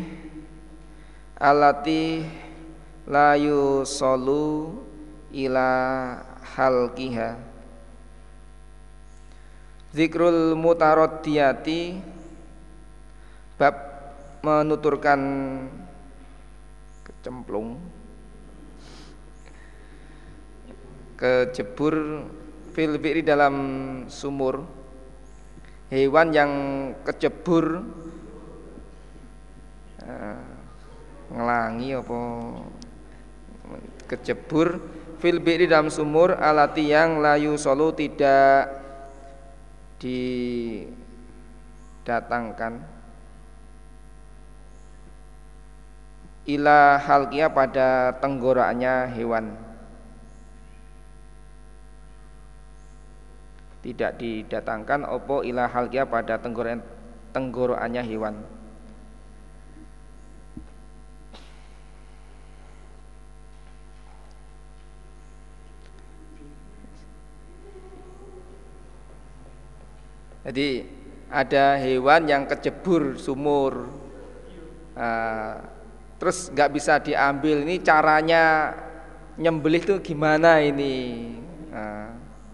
alati la yusallu ila halqiha. Zikrul mutarad diyati, bab menuturkan kecemplung, kejebur, fil bi'ri, dalam sumur, hewan yang kecebur, uh, ngelangi apa kecebur, fil bi'ri, dalam sumur, alati, yang layu solu, tidak didatangkan, ila halqiyah, pada tenggorokannya hewan, tidak didatangkan opo ila halqiyah, pada tenggorokan tenggorokannya hewan. Jadi ada hewan yang kejebur sumur, uh, terus nggak bisa diambil. Ini caranya nyembelih tuh gimana ini? Uh,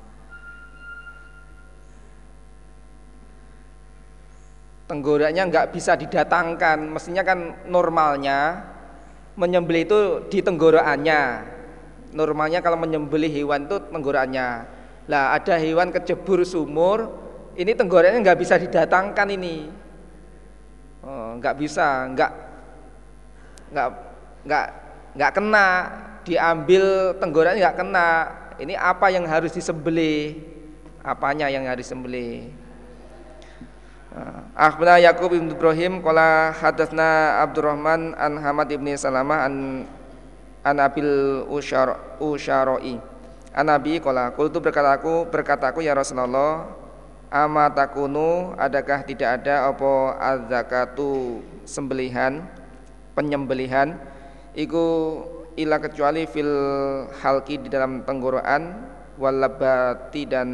Tenggorokannya nggak bisa didatangkan. Mestinya kan normalnya menyembelih itu di tenggorokannya. Normalnya kalau menyembelih hewan itu tenggorokannya. Lah ada hewan kejebur sumur, ini tenggorokannya nggak bisa didatangkan ini. Oh, nggak bisa, nggak nggak nggak nggak kena, diambil tenggorokannya nggak kena. Ini apa yang harus disembelih? Apanya yang harus disembelih? Akhbarana Yaqub bin Ibrahim qala hadatsna Abdurrahman an Hamad ibn Salamah an an Abil Usyar Usyaroi an Nabi qala qultu berkataku berkataku ya Rasulullah ama takunu adakah tidak ada apa az-zakatu sembelihan penyembelihan iku ila kecuali fil halki di dalam tenggorokan wal labati dan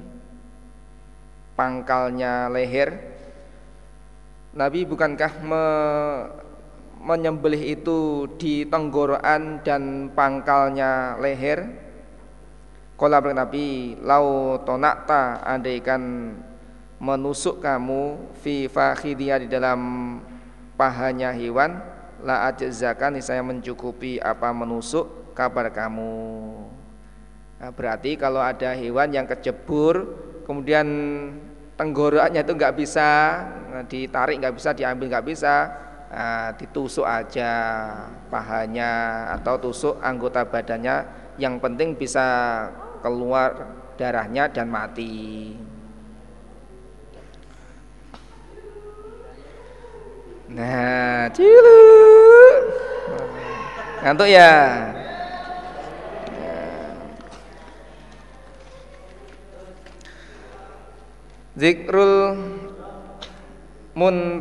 pangkalnya leher. Nabi bukankah me, menyembelih itu di tenggorokan dan pangkalnya leher? Qala Nabi lau tonakta andaikan menusuk kamu fi fakhidiyah di dalam pahanya hewan la ajzakan saya mencukupi apa menusuk kabar kamu. Nah, berarti kalau ada hewan yang kecebur kemudian tenggorokannya itu nggak bisa ditarik, nggak bisa diambil, nggak bisa, nah, ditusuk aja pahanya atau tusuk anggota badannya, yang penting bisa keluar darahnya dan mati. Nah, cilu ngantuk ya. Zikrul mun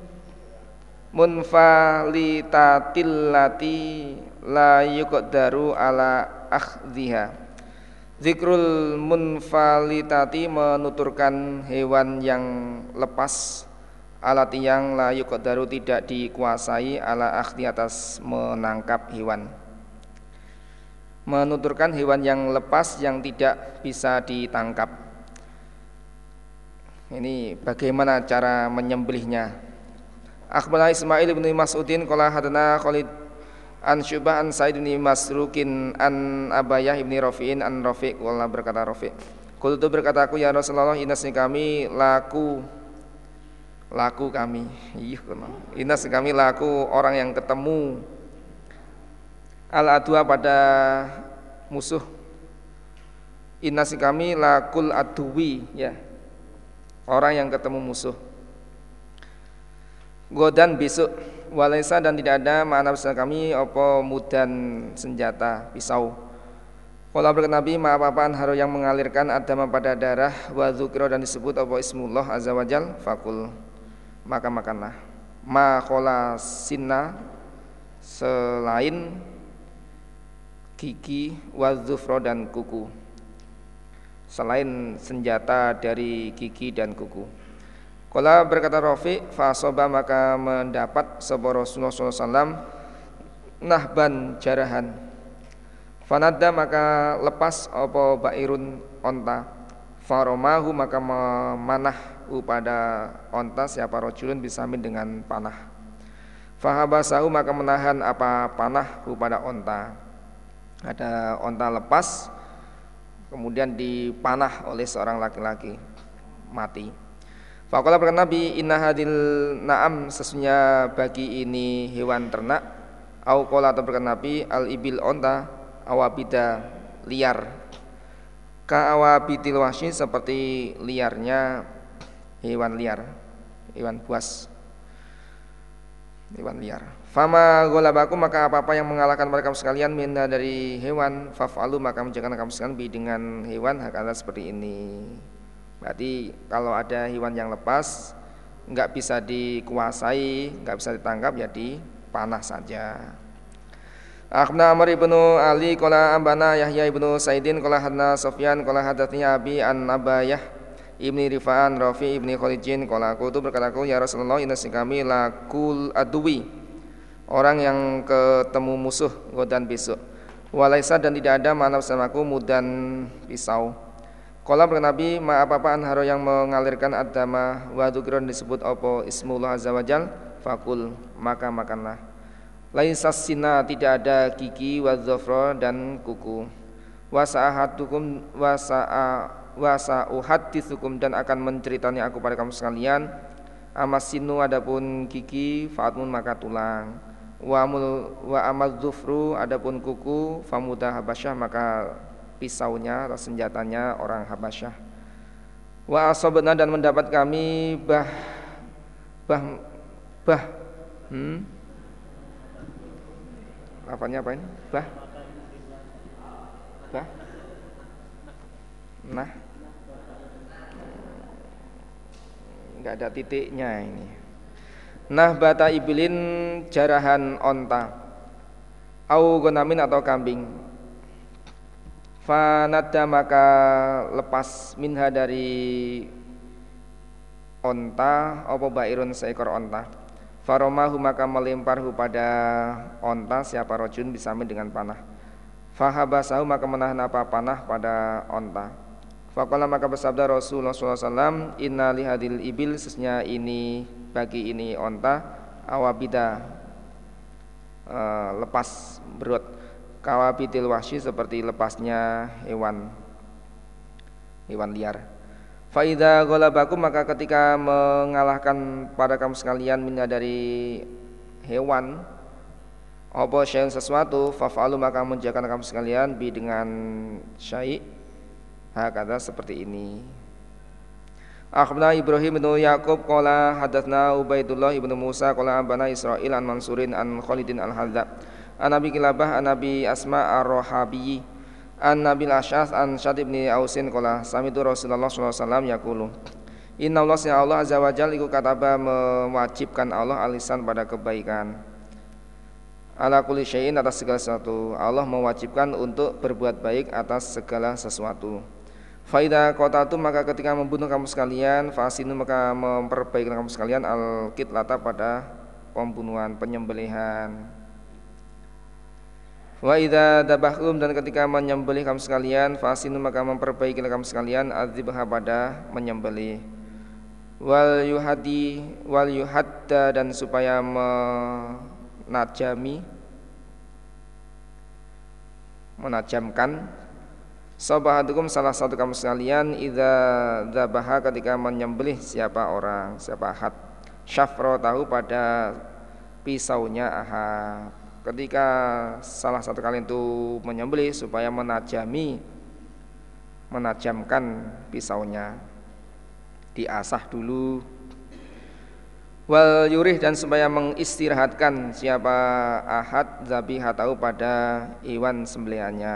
munfalitatillati la yuqdaru ala akhdhiha. Zikrul munfalitati menuturkan hewan yang lepas, alati yang la yuqdaru tidak dikuasai, ala akhdhi atas menangkap hewan. Menuturkan hewan yang lepas yang tidak bisa ditangkap. Ini bagaimana cara menyembelihnya. Akhbarana Ismail bin Mas'udin qala hadana Khalid an Syu'bah an Sa'id bin Masrukin an Abayah bin Rafi'in an Rafi' qala berkata Rafi' qultu berkata aku ya Rasulullah inasni kami laku laku kami iya inasni kami laku orang yang ketemu al adwa pada musuh, inasni kami lakul adwi ya, orang yang ketemu musuh. Godan besok walaisa dan tidak ada makna bersama kami apa mudan senjata pisau. Qala berkata Nabi ma apa-apaan haru yang mengalirkan adama pada darah wa dzukira dan disebut apa ismullah azza wajal fakul maka makanlah. Ma qala sinna selain gigi wa dzufra dan kuku, selain senjata dari gigi dan kuku. Qala berkata Rafi' fa asaba maka mendapat sapa Rasulullah sallallahu alaihi wasallam nahban jarahan. Fanadda maka lepas apa bairun onta. Faromahu maka memanah pada onta siapa rajulun bisamin dengan panah. Fahabasahu maka menahan apa panah pada onta. Ada onta lepas kemudian dipanah oleh seorang laki-laki mati. Faqala berkata Nabi inna hadil na'am sesungguhnya bagi ini hewan ternak, au qala atau berkata Nabi al ibil onta awabida liar, ka awabidil wahsy seperti liarnya hewan liar, hewan buas, hewan liar. Fama ghalabakum maka apa-apa yang mengalahkan mereka sekalian minna dari hewan faf'alu maka menjaga kamu sekalian bi dengan hewan hakala seperti ini. Berarti kalau ada hewan yang lepas enggak bisa dikuasai, enggak bisa ditangkap ya dipanah saja. Akhbarana Amr ibnu Ali qala ambana Yahya ibnu Saidin qala hadna Sufyan qala hadatsani Abi an Abayah ibni Rifa'an Rafi ibni Khalijin qala qultu berkataku ya Rasulullah inna kami lakul adwi, orang yang ketemu musuh godan besok. Walaisa dan tidak ada mana bersamaku mudan pisau. Qala berkata Nabi ma apa-apaan haro yang mengalirkan adama wa dzikron disebut apa ismullah azza wajal fakul maka makanlah. Laisas sina tidak ada gigi wa dzafra dan kuku. Wa sa'ahatukum wa sa'a wa sa'uhadditsukum dan akan menceritani aku pada kamu sekalian amasinu adapun gigi fa'atmun maka tulang. Wa amul wa amadzufru adapun kuku famuda habasyah maka pisaunya atau senjatanya orang Habasyah. Wa asobna dan mendapat kami bah bah bah hmm? Apanya apa ini? Bah bah nah nggak ada titiknya ini. Nah bata ibilin jarahan onta au gonamin atau kambing. Fanadda maka lepas minha dari onta apa bairun seekor onta. Faromahu maka melemparhu pada onta siapa rojun bisamin dengan panah. Fahabasahu maka menahan apa panah pada onta. Faqala maka bersabda Rasulullah shallallahu alaihi wasallam, inna lihadil ibil sesnya ini bagi ini onta awabida uh, lepas berut kawabitil wahsy seperti lepasnya hewan hewan liar. Faida ghalabakum maka ketika mengalahkan pada kamu sekalian minna dari hewan apa syai'un sesuatu faf'alu maka menjaga kamu sekalian bi dengan syai' hakata seperti ini. Akhbarana Ibrahim bin Yaqub qala hadatsna Ubaidullah ibnu Musa qala ambana Israil an Mansurin an Khalidin al-Hadza an Abi Kilabah an Abi Asma ar-Rahabi an Nabil Ash'as an Syad ibn Ausin qala sami'tu Rasulullah sallallahu alaihi wasallam yaqulu inna Allah ya Allah azza wa jalla iku kataba mewajibkan Allah alisan pada kebaikan ala kulli syai'in atas segala sesuatu. Allah mewajibkan untuk berbuat baik atas segala sesuatu. Faida qatatu maka ketika membunuh kamu sekalian fasinu maka memperbaiki kamu sekalian al-qitlata pada pembunuhan penyembelihan. Wa idza dabahtum dan ketika menyembelih kamu sekalian fasinu maka memperbaiki kamu sekalian adzibha pada menyembelih. Wal yuhadi wal yuhadda dan supaya menajami menajamkan sabahadukum salah satu kamu sekalian idza dzabaha ketika menyembelih siapa orang siapa ahad syafra tahu pada pisaunya ahad ketika salah satu kalian itu menyembelih supaya menajami menajamkan pisaunya diasah dulu. Wal yurih dan supaya mengistirahatkan siapa ahad zabiha tahu pada iwan sembelihannya.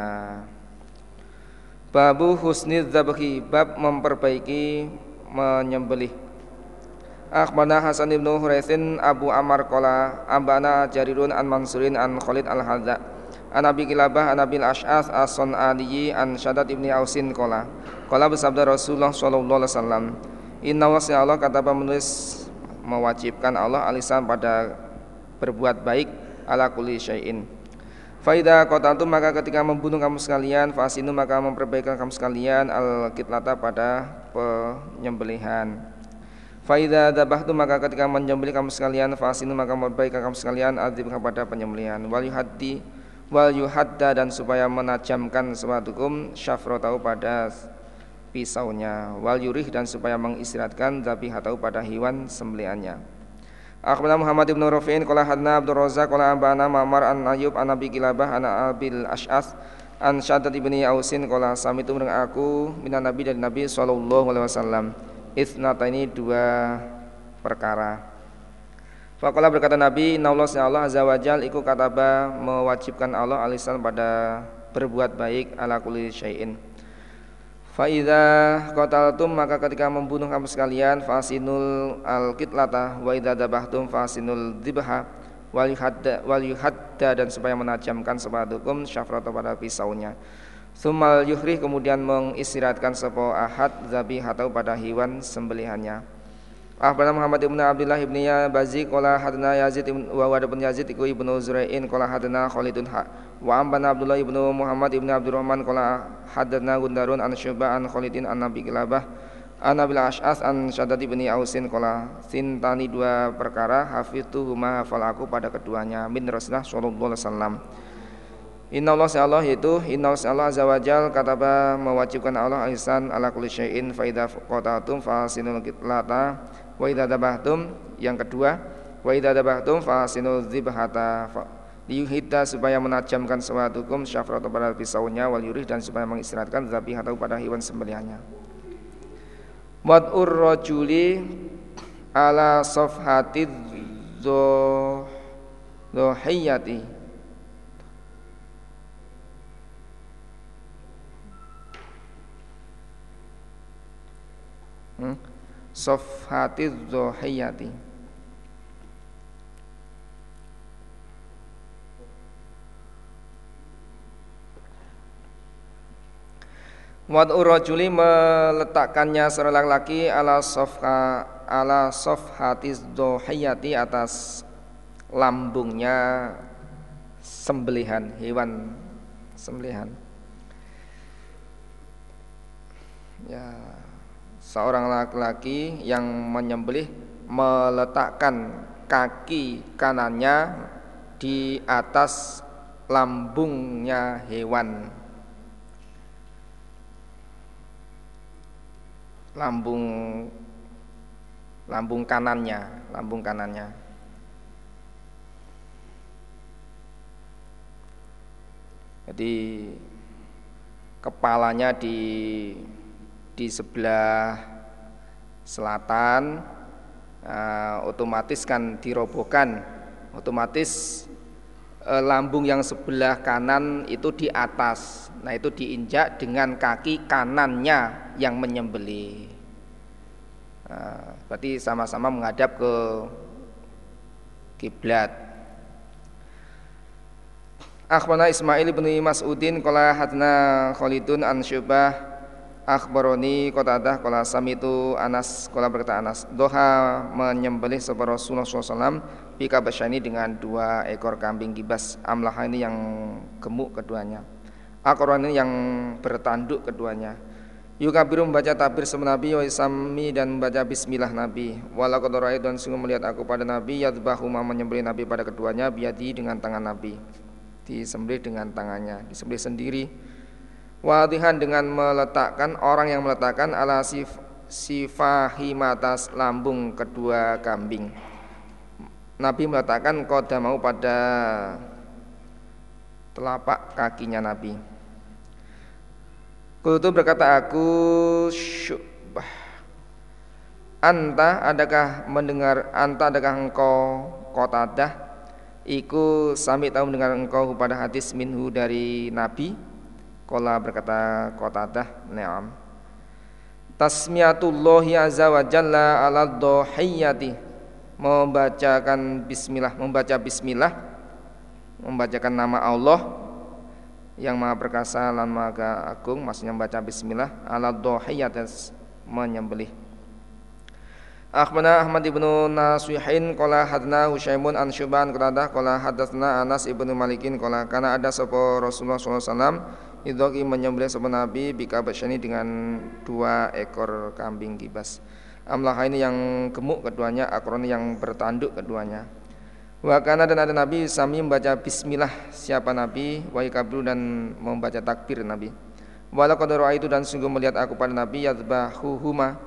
Babu husnil dzabhi bab memperbaiki menyembelih. Akhbarana Hasan ibn Huraitsin Abu Amr qala ambana Jarirun an Mansurin an Khalid al-Hadza an Abi Kilabah an Abil Ash'as as-Sun'ani an Syaddad ibn Ausin qala qala bersabda Rasulullah sallallahu alaihi wasallam inna wa Allah kata menulis mewajibkan Allah alisan pada berbuat baik ala kulli syai'in. Faida qataltum maka ketika membunuh kamu sekalian fasinu maka memperbaiki kamu sekalian al-qitlata pada penyembelihan. Faida dzabahtum maka ketika menyembelih kamu sekalian fasinu maka memperbaiki kamu sekalian adzibha pada penyembelihan. Wal yuhaddi wal yuhadda dan supaya menajamkan suatukum syafratahu pada pisaunya. Wal yurih dan supaya mengistirahatkan dzabihatahu pada hewan sembelihannya. Akhbarana Muhammad ibn Rafi'in qala hadna Abdul Razzaq qala ambana Ma'mar an Ayyub an Abi Kilabah an Abil Ash'as an Syaddad ibn Ausin qala samitu mendengar aku minan Nabi dari Nabi sallallahu alaihi wasallam itsnataini dua perkara. Faqala berkata Nabi innallaha Allah azza wajal iku kataba mewajibkan Allah alisan pada berbuat baik ala kulli syai'in. Fa idza qataltum maka ketika membunuh kamu sekalian fasinul al-qitlata wa idza dabahtum fasinul dzibha wal yuhadda wal yuhadda dan supaya menajamkan sabadukum syafrata pada pisaunya. Tsummal yuhrih kemudian mengistirahatkan sapa ahad zabihatahu pada hewan sembelihannya. Akhbarana Muhammad ibn Abdullah ibn Yabazi qala hadana Yazid ibn wa ibn Yazid iku ibnu Zura'in qala hadana Khalidun ha wa ambana Abdullah ibnu Muhammad ibnu Abdurrahman qala hadana Gundarun an Syu'bah an Khalidin an Nabi Kilabah an Nabil Ash'as an Syaddad ibn Ausin qala sintani dua perkara hafidtuhuma hafal aku pada keduanya min Rasulullah sallallahu alaihi wasallam. Innallaha Allah yaitu innallaha Allah azza wajal kataba mewajibkan Allah ihsan ala kulli syai'in fa idza qatatum fasinul qitlata wa idza dabahtum yang kedua wa idza dabahtum fasinul dzibhata liyuhidda supaya menajamkan suatukum syafrata pada pisaunya wal yurih dan supaya mengistirahatkan dzabihatahu pada hewan sembelihannya. Wad'ur rajuli ala safhatid dhohiyati. Hmm? Safhatid dhohiyati. Wad'ur rajuli meletakkannya seorang laki ala safha ala safhatiz dhohiyati atas lambungnya sembelihan hewan sembelihan. Ya, seorang laki-laki yang menyembelih meletakkan kaki kanannya di atas lambungnya hewan. Lambung lambung kanannya, lambung kanannya. Jadi kepalanya di di sebelah selatan, uh, otomatis kan dirobohkan, otomatis uh, lambung yang sebelah kanan itu di atas. Nah, itu diinjak dengan kaki kanannya yang menyembelih. Nah, berarti sama-sama menghadap ke kiblat. Akhbarana Ismail bin Mas'udin qala hadna Khalidun an Syu'bah akhbaroni Qatadah qala samitu Anas qala berkata Anas doha menyembelih sapa Rasulullah sallallahu alaihi wasallam bika basyani dengan dua ekor kambing gibas amlah ini yang gemuk keduanya. Al-Quran yang bertanduk keduanya. Yukabiru membaca takbir sama Nabi wa isami dan membaca bismillah Nabi. Walaqad ra'aitu dan sungguh melihat aku pada Nabi yadbahu ma menyembelih Nabi pada keduanya biadi dengan tangan Nabi. Disembelih dengan tangannya, disembelih sendiri. Wadihan dengan meletakkan orang yang meletakkan ala sif, sifahimatas lambung kedua kambing. Nabi meletakkan qadamau pada telapak kakinya Nabi. Qultu berkata aku Syu'bah, anta adakah mendengar anta adakah engkau Qatadah iku sami tahu mendengar engkau pada hadis minhu dari Nabi. Qala berkata Qatadah na'am. Tasmiyatullahi azza wa jalla ala dhohiyati, membacakan bismillah, membaca bismillah, membacakan nama Allah yang maha perkasa dan maha agung, maksudnya membaca bismillah ala dhohiyati menyembelih. Akhbarana Ahmad ibnu Nasihin qala hadna Husyaimun an Syu'ban qala qala hadatsna Anas ibnu Malikin qala kana ada sapa Rasulullah sallallahu alaihi wasallam idzoki menyembelih sapa Nabi bika basyani dengan dua ekor kambing gibas. Amlah ini yang gemuk keduanya, akron yang bertanduk keduanya. Wa kana dan ada Nabi sami membaca bismillah siapa Nabi wa yakabru dan membaca takbir Nabi. Wala qad ra'aitu dan sungguh melihat aku pada Nabi yadbahuhuma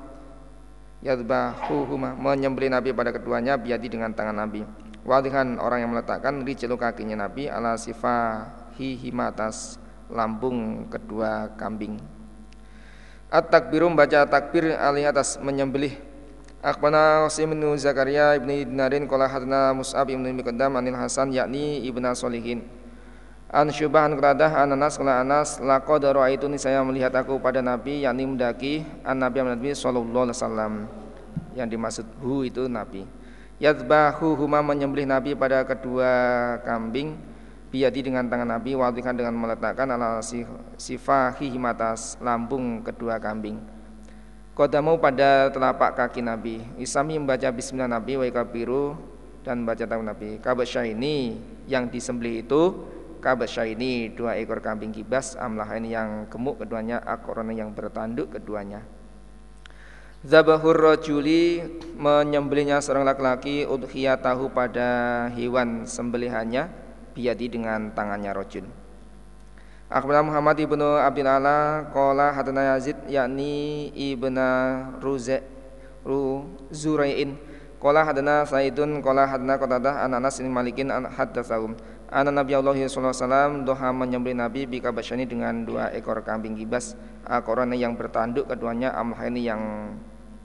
yadbahuhuma menyembelih Nabi pada keduanya biadi dengan tangan Nabi. Wadihan orang yang meletakkan rijlu kakinya Nabi ala sifahihima atas lambung kedua kambing. At-takbiru membaca takbir alih atas menyembelih. Akhbarana Qasim bin Zakaria ibnu Dinarin qala hadna Mus'ab ibnu Miqdam anil Hasan yakni ibnu Sholihin. An Syu'bah an Qatadah an Anas qala Anas laqad ra'aitu ni saya melihat aku pada Nabi yakni mendaki an Nabi Nabi sallallahu alaihi wasallam. Yang dimaksud hu itu Nabi. Yadbahu huma menyembelih Nabi pada kedua kambing biadi dengan tangan Nabi wadikan dengan meletakkan ala sifahihi atas lambung kedua kambing. Qadamu pada telapak kaki Nabi. Isami membaca bismillah Nabi wa kabiru dan membaca takbir Nabi. Kabasyaini yang disembelih itu kabasyaini dua ekor kambing kibas amlah ini yang gemuk keduanya akorona yang bertanduk keduanya. Zabahur rajuli menyembelihnya seorang laki-laki udhiyatahu pada hewan sembelihannya biadi dengan tangannya rajul. Akhbarana Muhammad ibnu Abdul Ala qala hadana Yazid yakni ibnu Ruza' Ru Zurai'in qala hadana Saidun qala hadana Qatadah an Anas bin Malikin an haddatsahum anna Nabi Allah sallallahu alaihi wasallam doha menyembelih Nabi bika basyani dengan dua ekor kambing gibas akorane yang bertanduk keduanya amlah ini yang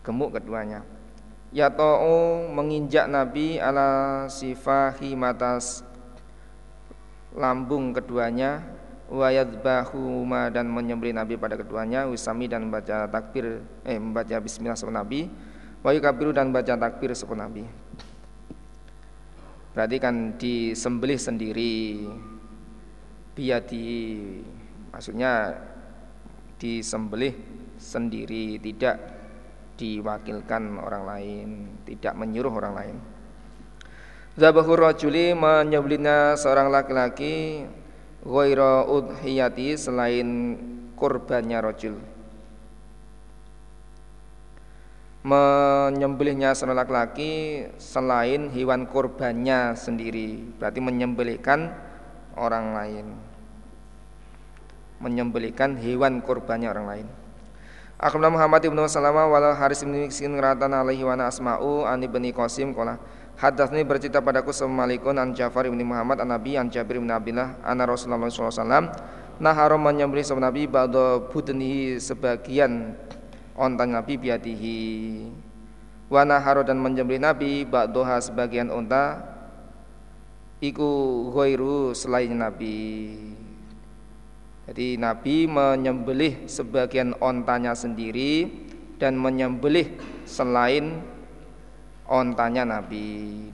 gemuk keduanya. Yata'u menginjak Nabi ala sifahi matas lambung keduanya, wa yadbahuma dan menyembelih Nabi pada keduanya, wisami dan membaca takbir eh membaca bismillah sebelum Nabi, wa yukabiru dan baca takbir sebelum Nabi. Berarti kan disembelih sendiri, biyadi, maksudnya disembelih sendiri, tidak diwakilkan orang lain, tidak menyuruh orang lain. Zabahur rajuli menyembelihnya seorang laki-laki, ghaira udhiyati selain kurbannya rajul. Menyembelihnya seorang laki-laki selain hewan kurbannya sendiri, berarti menyembelihkan orang lain, menyembelihkan hewan kurbannya orang lain. Akhbarana Muhammad ibnu Salamah wal Haris bin Miskin ngratan alaihi wa asma'u an ibni Qasim qala hadatsni bercerita padaku semalikun an Ja'far bin Muhammad an Nabi an Jabir bin Abdullah anna Rasulullah sallallahu alaihi wasallam nahara menyembelih sama Nabi ba'da budnihi sebagian onta Nabi biadihi, wa nahara dan menyembelih Nabi ba'daha sebagian onta iku ghairu selain Nabi. Jadi Nabi menyembelih sebagian ontanya sendiri dan menyembelih selain ontanya Nabi.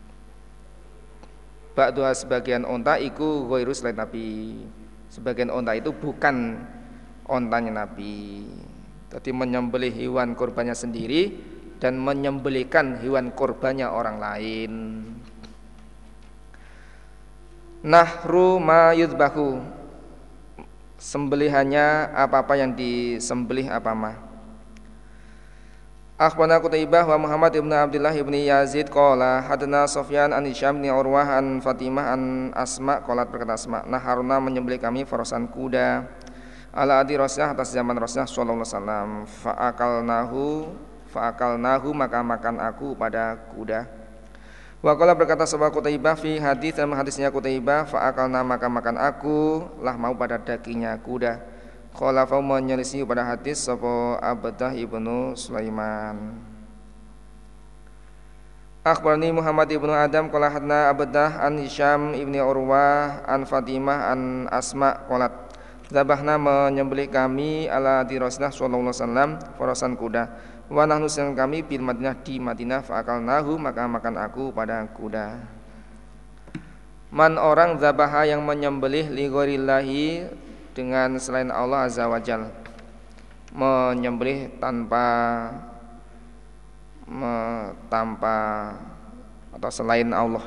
Ba'daha sebagian onta iku ghairu selain Nabi. Sebagian onta itu bukan ontanya Nabi. Jadi menyembelih hewan kurbannya sendiri dan menyembelihkan hewan kurbannya orang lain. Nahru ma yudbahu, sembelihannya apa-apa yang disembelih apa mah. Akhbarana Qutaibah wa Muhammad ibn Abdullah ibn Yazid qala hadana Sufyan an Hisham bin Urwah an Fatimah an Asma qalat berkata Asma naharuna menyembelih kami farasan kuda ala adi Rasulullah atas zaman Rasulullah sallallahu alaihi wasallam fa'akalnahu fa'akalnahu maka makan aku pada kuda. Wa qala berkata sahabat Qutaibah fi hadis dalam hadisnya Qutaibah fa'akalna maka makan aku lah mau pada dagingnya kuda. Qala fa menyelisih pada hadis sapa Abdah ibnu Sulaiman. Akhbarani Muhammad ibnu Adam qala hadna Abdah an Hisham ibni Urwah an Fatimah an Asma qalat zabahna menyembelih kami ala di Rasulullah sallallahu alaihi wasallam farasan kuda wa nahnu sedang kami bil Madinah di Madinah fa'akalnahu maka makan aku pada kuda. Man orang zabaha yang menyembelih li ghairillahi dengan selain Allah azza wajal, menyembelih tanpa me, tanpa atau selain Allah.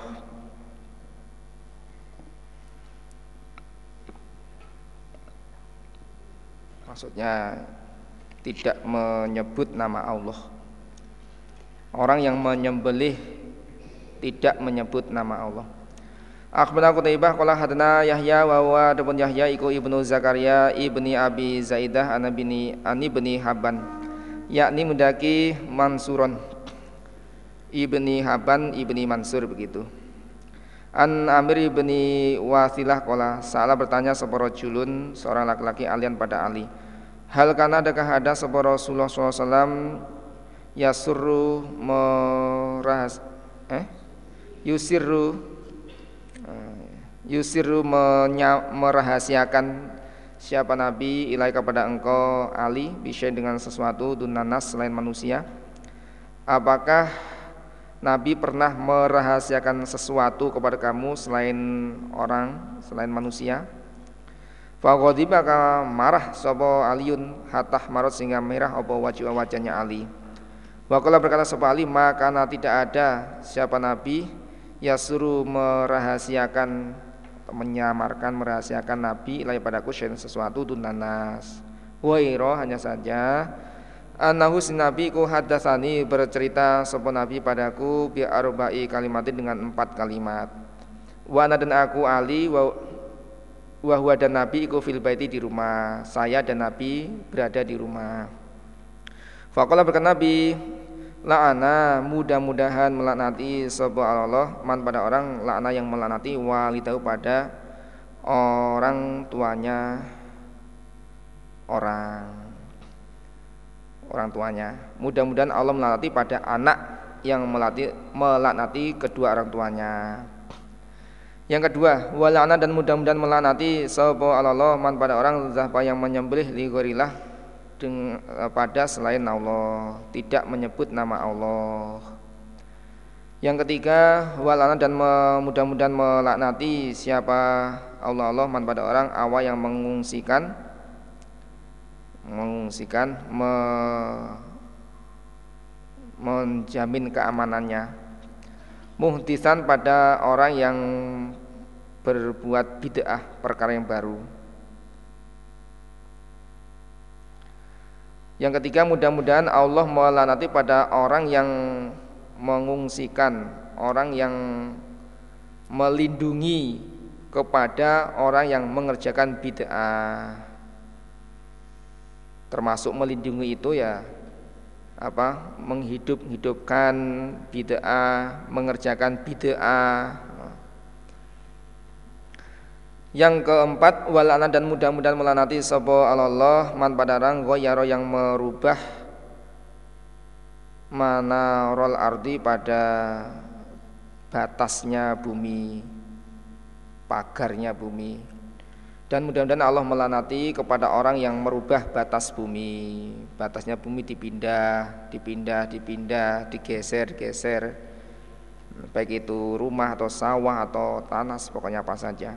Maksudnya tidak menyebut nama Allah. Orang yang menyembelih tidak menyebut nama Allah. Akhbarana Qutaibah qala hadana Yahya wa huwa adapun Yahya iku ibnu Zakaria ibni Abi Zaidah an ibni an ibni Haban yakni mendaki Mansuron ibni Haban ibni Mansur begitu. An Amir ibni Wasilah qala salah bertanya sapa rajulun seorang laki-laki alian pada Ali. Hal kana adakah ada sapa Rasulullah sallallahu alaihi wasallam yasurru merahas eh yusirru Yusiru menya, merahasiakan siapa Nabi ilai kepada engkau Ali bisya dengan sesuatu dunanas selain manusia. Apakah Nabi pernah merahasiakan sesuatu kepada kamu selain orang, selain manusia? Faghadiba ka marah sapa Aliun hatta marot sehingga merah apa wajah wajahnya Ali. Wa qala berkata sapa Ali maka tidak ada siapa Nabi yasuru merahasiakan menyamarkan merahasiakan Nabi ilai padaku syai'un sesuatu dunanas wairo hanya saja anahu si Nabi ku hadatsani bercerita sapa Nabi padaku bi arba'i kalimatin dengan empat kalimat wa ana dan aku Ali wa wa huwa dan Nabi iku fil baiti di rumah saya dan Nabi berada di rumah. Faqala berkata Nabi la'ana mudah-mudahan melaknati sapa Allah man pada orang la'ana yang melaknati walidahu pada orang tuanya orang orang tuanya. Mudah-mudahan Allah melaknati pada anak yang melati, melaknati kedua orang tuanya. Yang kedua, wala'na dan mudah-mudahan melaknati sapa Allah man pada orang zahba yang menyembelih li ghairillah pada selain Allah, tidak menyebut nama Allah. Yang ketiga, wala'na dan mudah-mudahan melaknati siapa Allah Allah man pada orang awa yang mengungsikan mengungsikan me, menjamin keamanannya, muhdisan pada orang yang berbuat bid'ah, perkara yang baru. Yang ketiga, mudah-mudahan Allah melaknati pada orang yang mengungsikan, orang yang melindungi kepada orang yang mengerjakan bid'ah. Termasuk melindungi itu ya apa? Menghidup-hidupkan bid'ah, mengerjakan bid'ah. Yang keempat, walana dan mudah-mudahan melanati sapa Allah man padarang ghayyara yang merubah manarul ardi pada batasnya bumi, pagarnya bumi. Dan mudah-mudahan Allah melanati kepada orang yang merubah batas bumi, batasnya bumi dipindah, dipindah, dipindah, digeser, geser, baik itu rumah atau sawah atau tanah, pokoknya apa saja.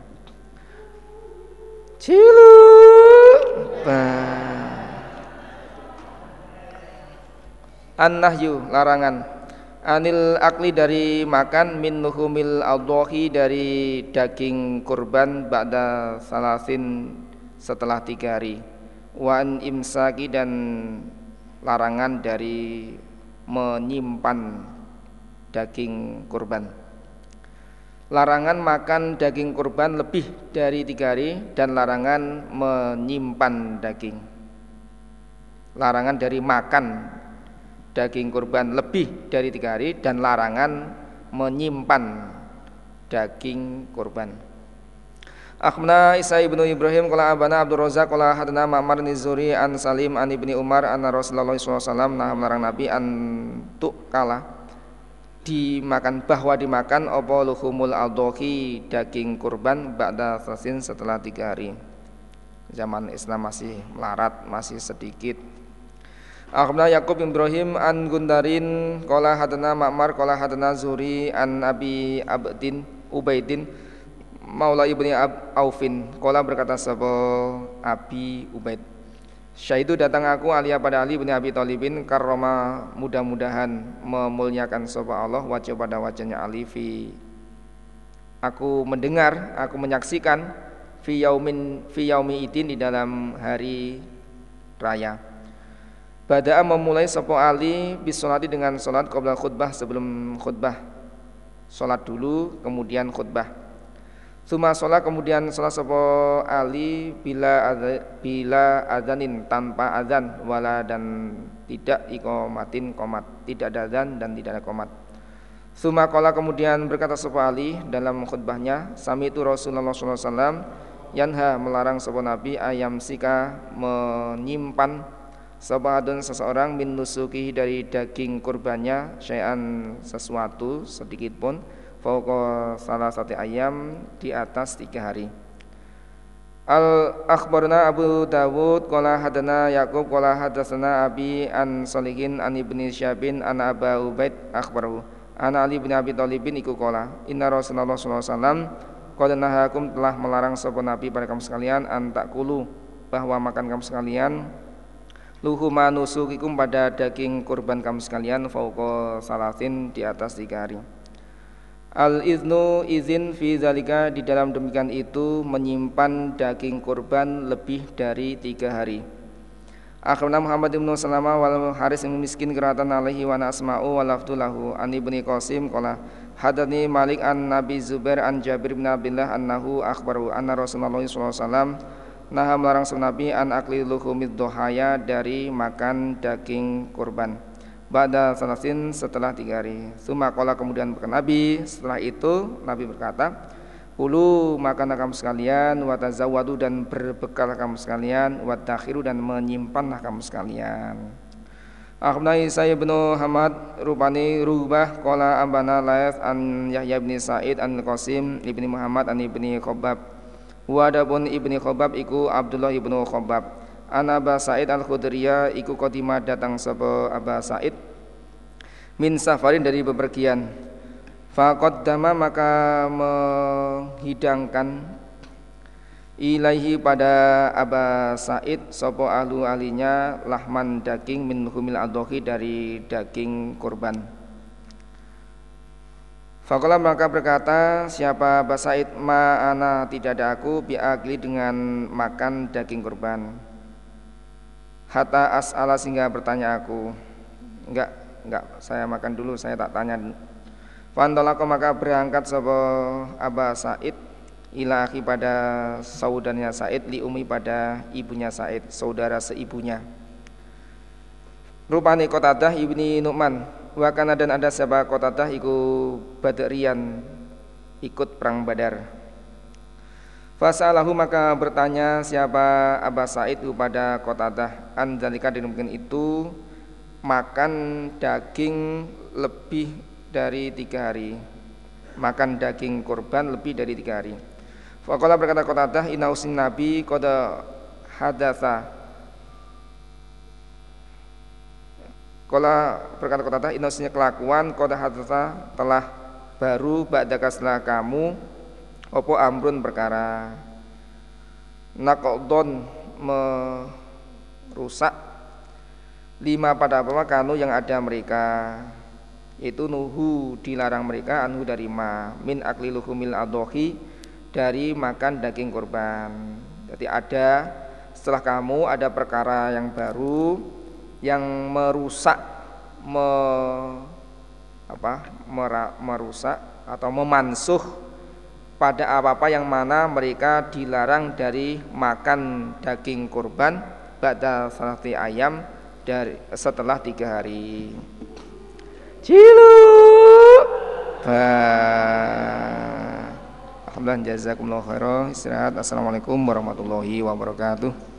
Ciluk An-nahyu larangan, anil akli dari makan, min nuhumil adhahi dari daging kurban, ba'da salasin setelah tiga hari, wa an imsaki dan larangan dari menyimpan daging kurban. Larangan makan daging kurban lebih dari tiga hari dan larangan menyimpan daging. Larangan dari makan daging kurban lebih dari tiga hari dan larangan menyimpan daging kurban. Akhbarana Isa ibnu Ibrahim qala abana Abdul Razzaq qala hadana Ma'mar Nizuri an Salim an ibni Umar anna Rasulullah sallallahu alaihi wasallam nah melarang Nabi an tu'kala dimakan, bahwa dimakan apa luhumul adhahi daging kurban ba'da sasin setelah tiga hari. Zaman Islam masih melarat, masih sedikit. Akhbarana Yaqub bin Ibrahim an Gundarin qala hadana Ma'mar qala hadana Zuri an Abi Abdin Ubaidin Maula ibni Aufin qala berkata sapa Abi Ubaid, Syahidu datang aku alia pada Ali bin Abi Thalibin karroma mudah-mudahan memuliakan sapa Allah wajah pada wajahnya Ali fi aku mendengar, aku menyaksikan fi yaumin fi yaumi idin di dalam hari raya. Bada'a memulai sapa Ali bisolati dengan salat qabla khutbah, sebelum khutbah. Salat dulu kemudian khutbah. Suma sholat kemudian sholat sapa Ali bila adza, bila adzanin tanpa adzan wala dan tidak iqamatin qomat, tidak ada adzan dan tidak ada qomat. Suma qala kemudian berkata sapa Ali dalam khutbahnya, sami'tu Rasulullah sallallahu alaihi wasallam yanha melarang sapa Nabi ayam sika menyimpan sapa adun seseorang min nusuki dari daging kurbannya syai'an sesuatu sedikit pun fauqa salah satu ayam di atas tiga hari. Al akhbarna Abu Dawud qala hadana Yaqub qala hadatsana Abi an Salihin an Ibni Syabin an Aba Ubaid akhbarahu an Ali bin Abi Thalibin iku qala inna Rasulullah sallallahu alaihi wasallam qad nahakum telah melarang sapa Nabi pada kamu sekalian an takulu bahwa makan kamu sekalian luhuma nusukikum pada daging kurban kamu sekalian fauqa salasin di atas tiga hari. Al-iznu izin fi zalika di dalam demikian itu menyimpan daging kurban lebih dari tiga hari. Akhbarana Muhammad bin Salama wal Haris bin Miskin qira'atan alaihi wa asma'u wa lafdulahu an Ibni Qasim qala hadatsani Malik an Nabi Zubair an Jabir bin Abdullah annahu akhbaru anna Rasulullah sallallahu alaihi wasallam naha melarang Nabi an akli luhumid dohaya dari makan daging kurban. Ba'da salasin setelah tiga hari. Suma qala kemudian berkata Nabi, setelah itu Nabi berkata, Kulu makan kamu sekalian, wa tazawwadu dan berbekal kamu sekalian, wa takhiru dan menyimpanlah kamu sekalian. Akhbarana Isa bin Hamad rupani Rubah qala ambana Laits an Yahya bin Sa'id an Qasim ibni Muhammad an ibni Khabbab wa adapun ibni Khabbab iku Abdullah ibnu Khabbab an Aba Sa'id al-Khudriyah iku qadima datang sapa Aba Sa'id min safarin dari bepergian faqaddama maka menghidangkan ilaihi pada Aba Sa'id sopo ahlu ahlinya lahman daging min humil adhohi dari daging kurban. Faqala maka berkata siapa Aba Sa'id ma ana tidak ada aku biakli dengan makan daging kurban. Hatta as'ala sehingga bertanya aku. Enggak, enggak saya makan dulu saya tak tanya. Fantolako maka berangkat sopo Aba Sa'id ila akhi pada saudaranya Sa'id li umi pada ibunya Sa'id saudara seibunya rupani Qatadah ibni Nu'man wa kana dan ada siapa Qatadah iku Badrian ikut perang Badar. Fasalahu maka bertanya siapa Aba Sa'id pada Qatadah an zalika mungkin itu makan daging lebih dari tiga hari makan daging kurban lebih dari tiga hari. Faqala berkata Qatadah inna usin nabi qad hadatsa. Qala berkata Qatadah inna usin kelakuan qad hadatsa telah baru ba'daka setelah kamu opo amrun perkara naqdon merusak lima pada apa kanu yang ada mereka itu nuhu dilarang mereka anhu dari ma min akli luhumil adhohi dari makan daging kurban. Jadi ada setelah kamu ada perkara yang baru yang merusak me, apa, mera, merusak atau memansuh pada apa-apa yang mana mereka dilarang dari makan daging kurban ba'da salati ayam dari setelah tiga hari. Cilu. Bah. Alhamdulillah jazakumullahu khairan. Istirahat. Assalamualaikum warahmatullahi wabarakatuh.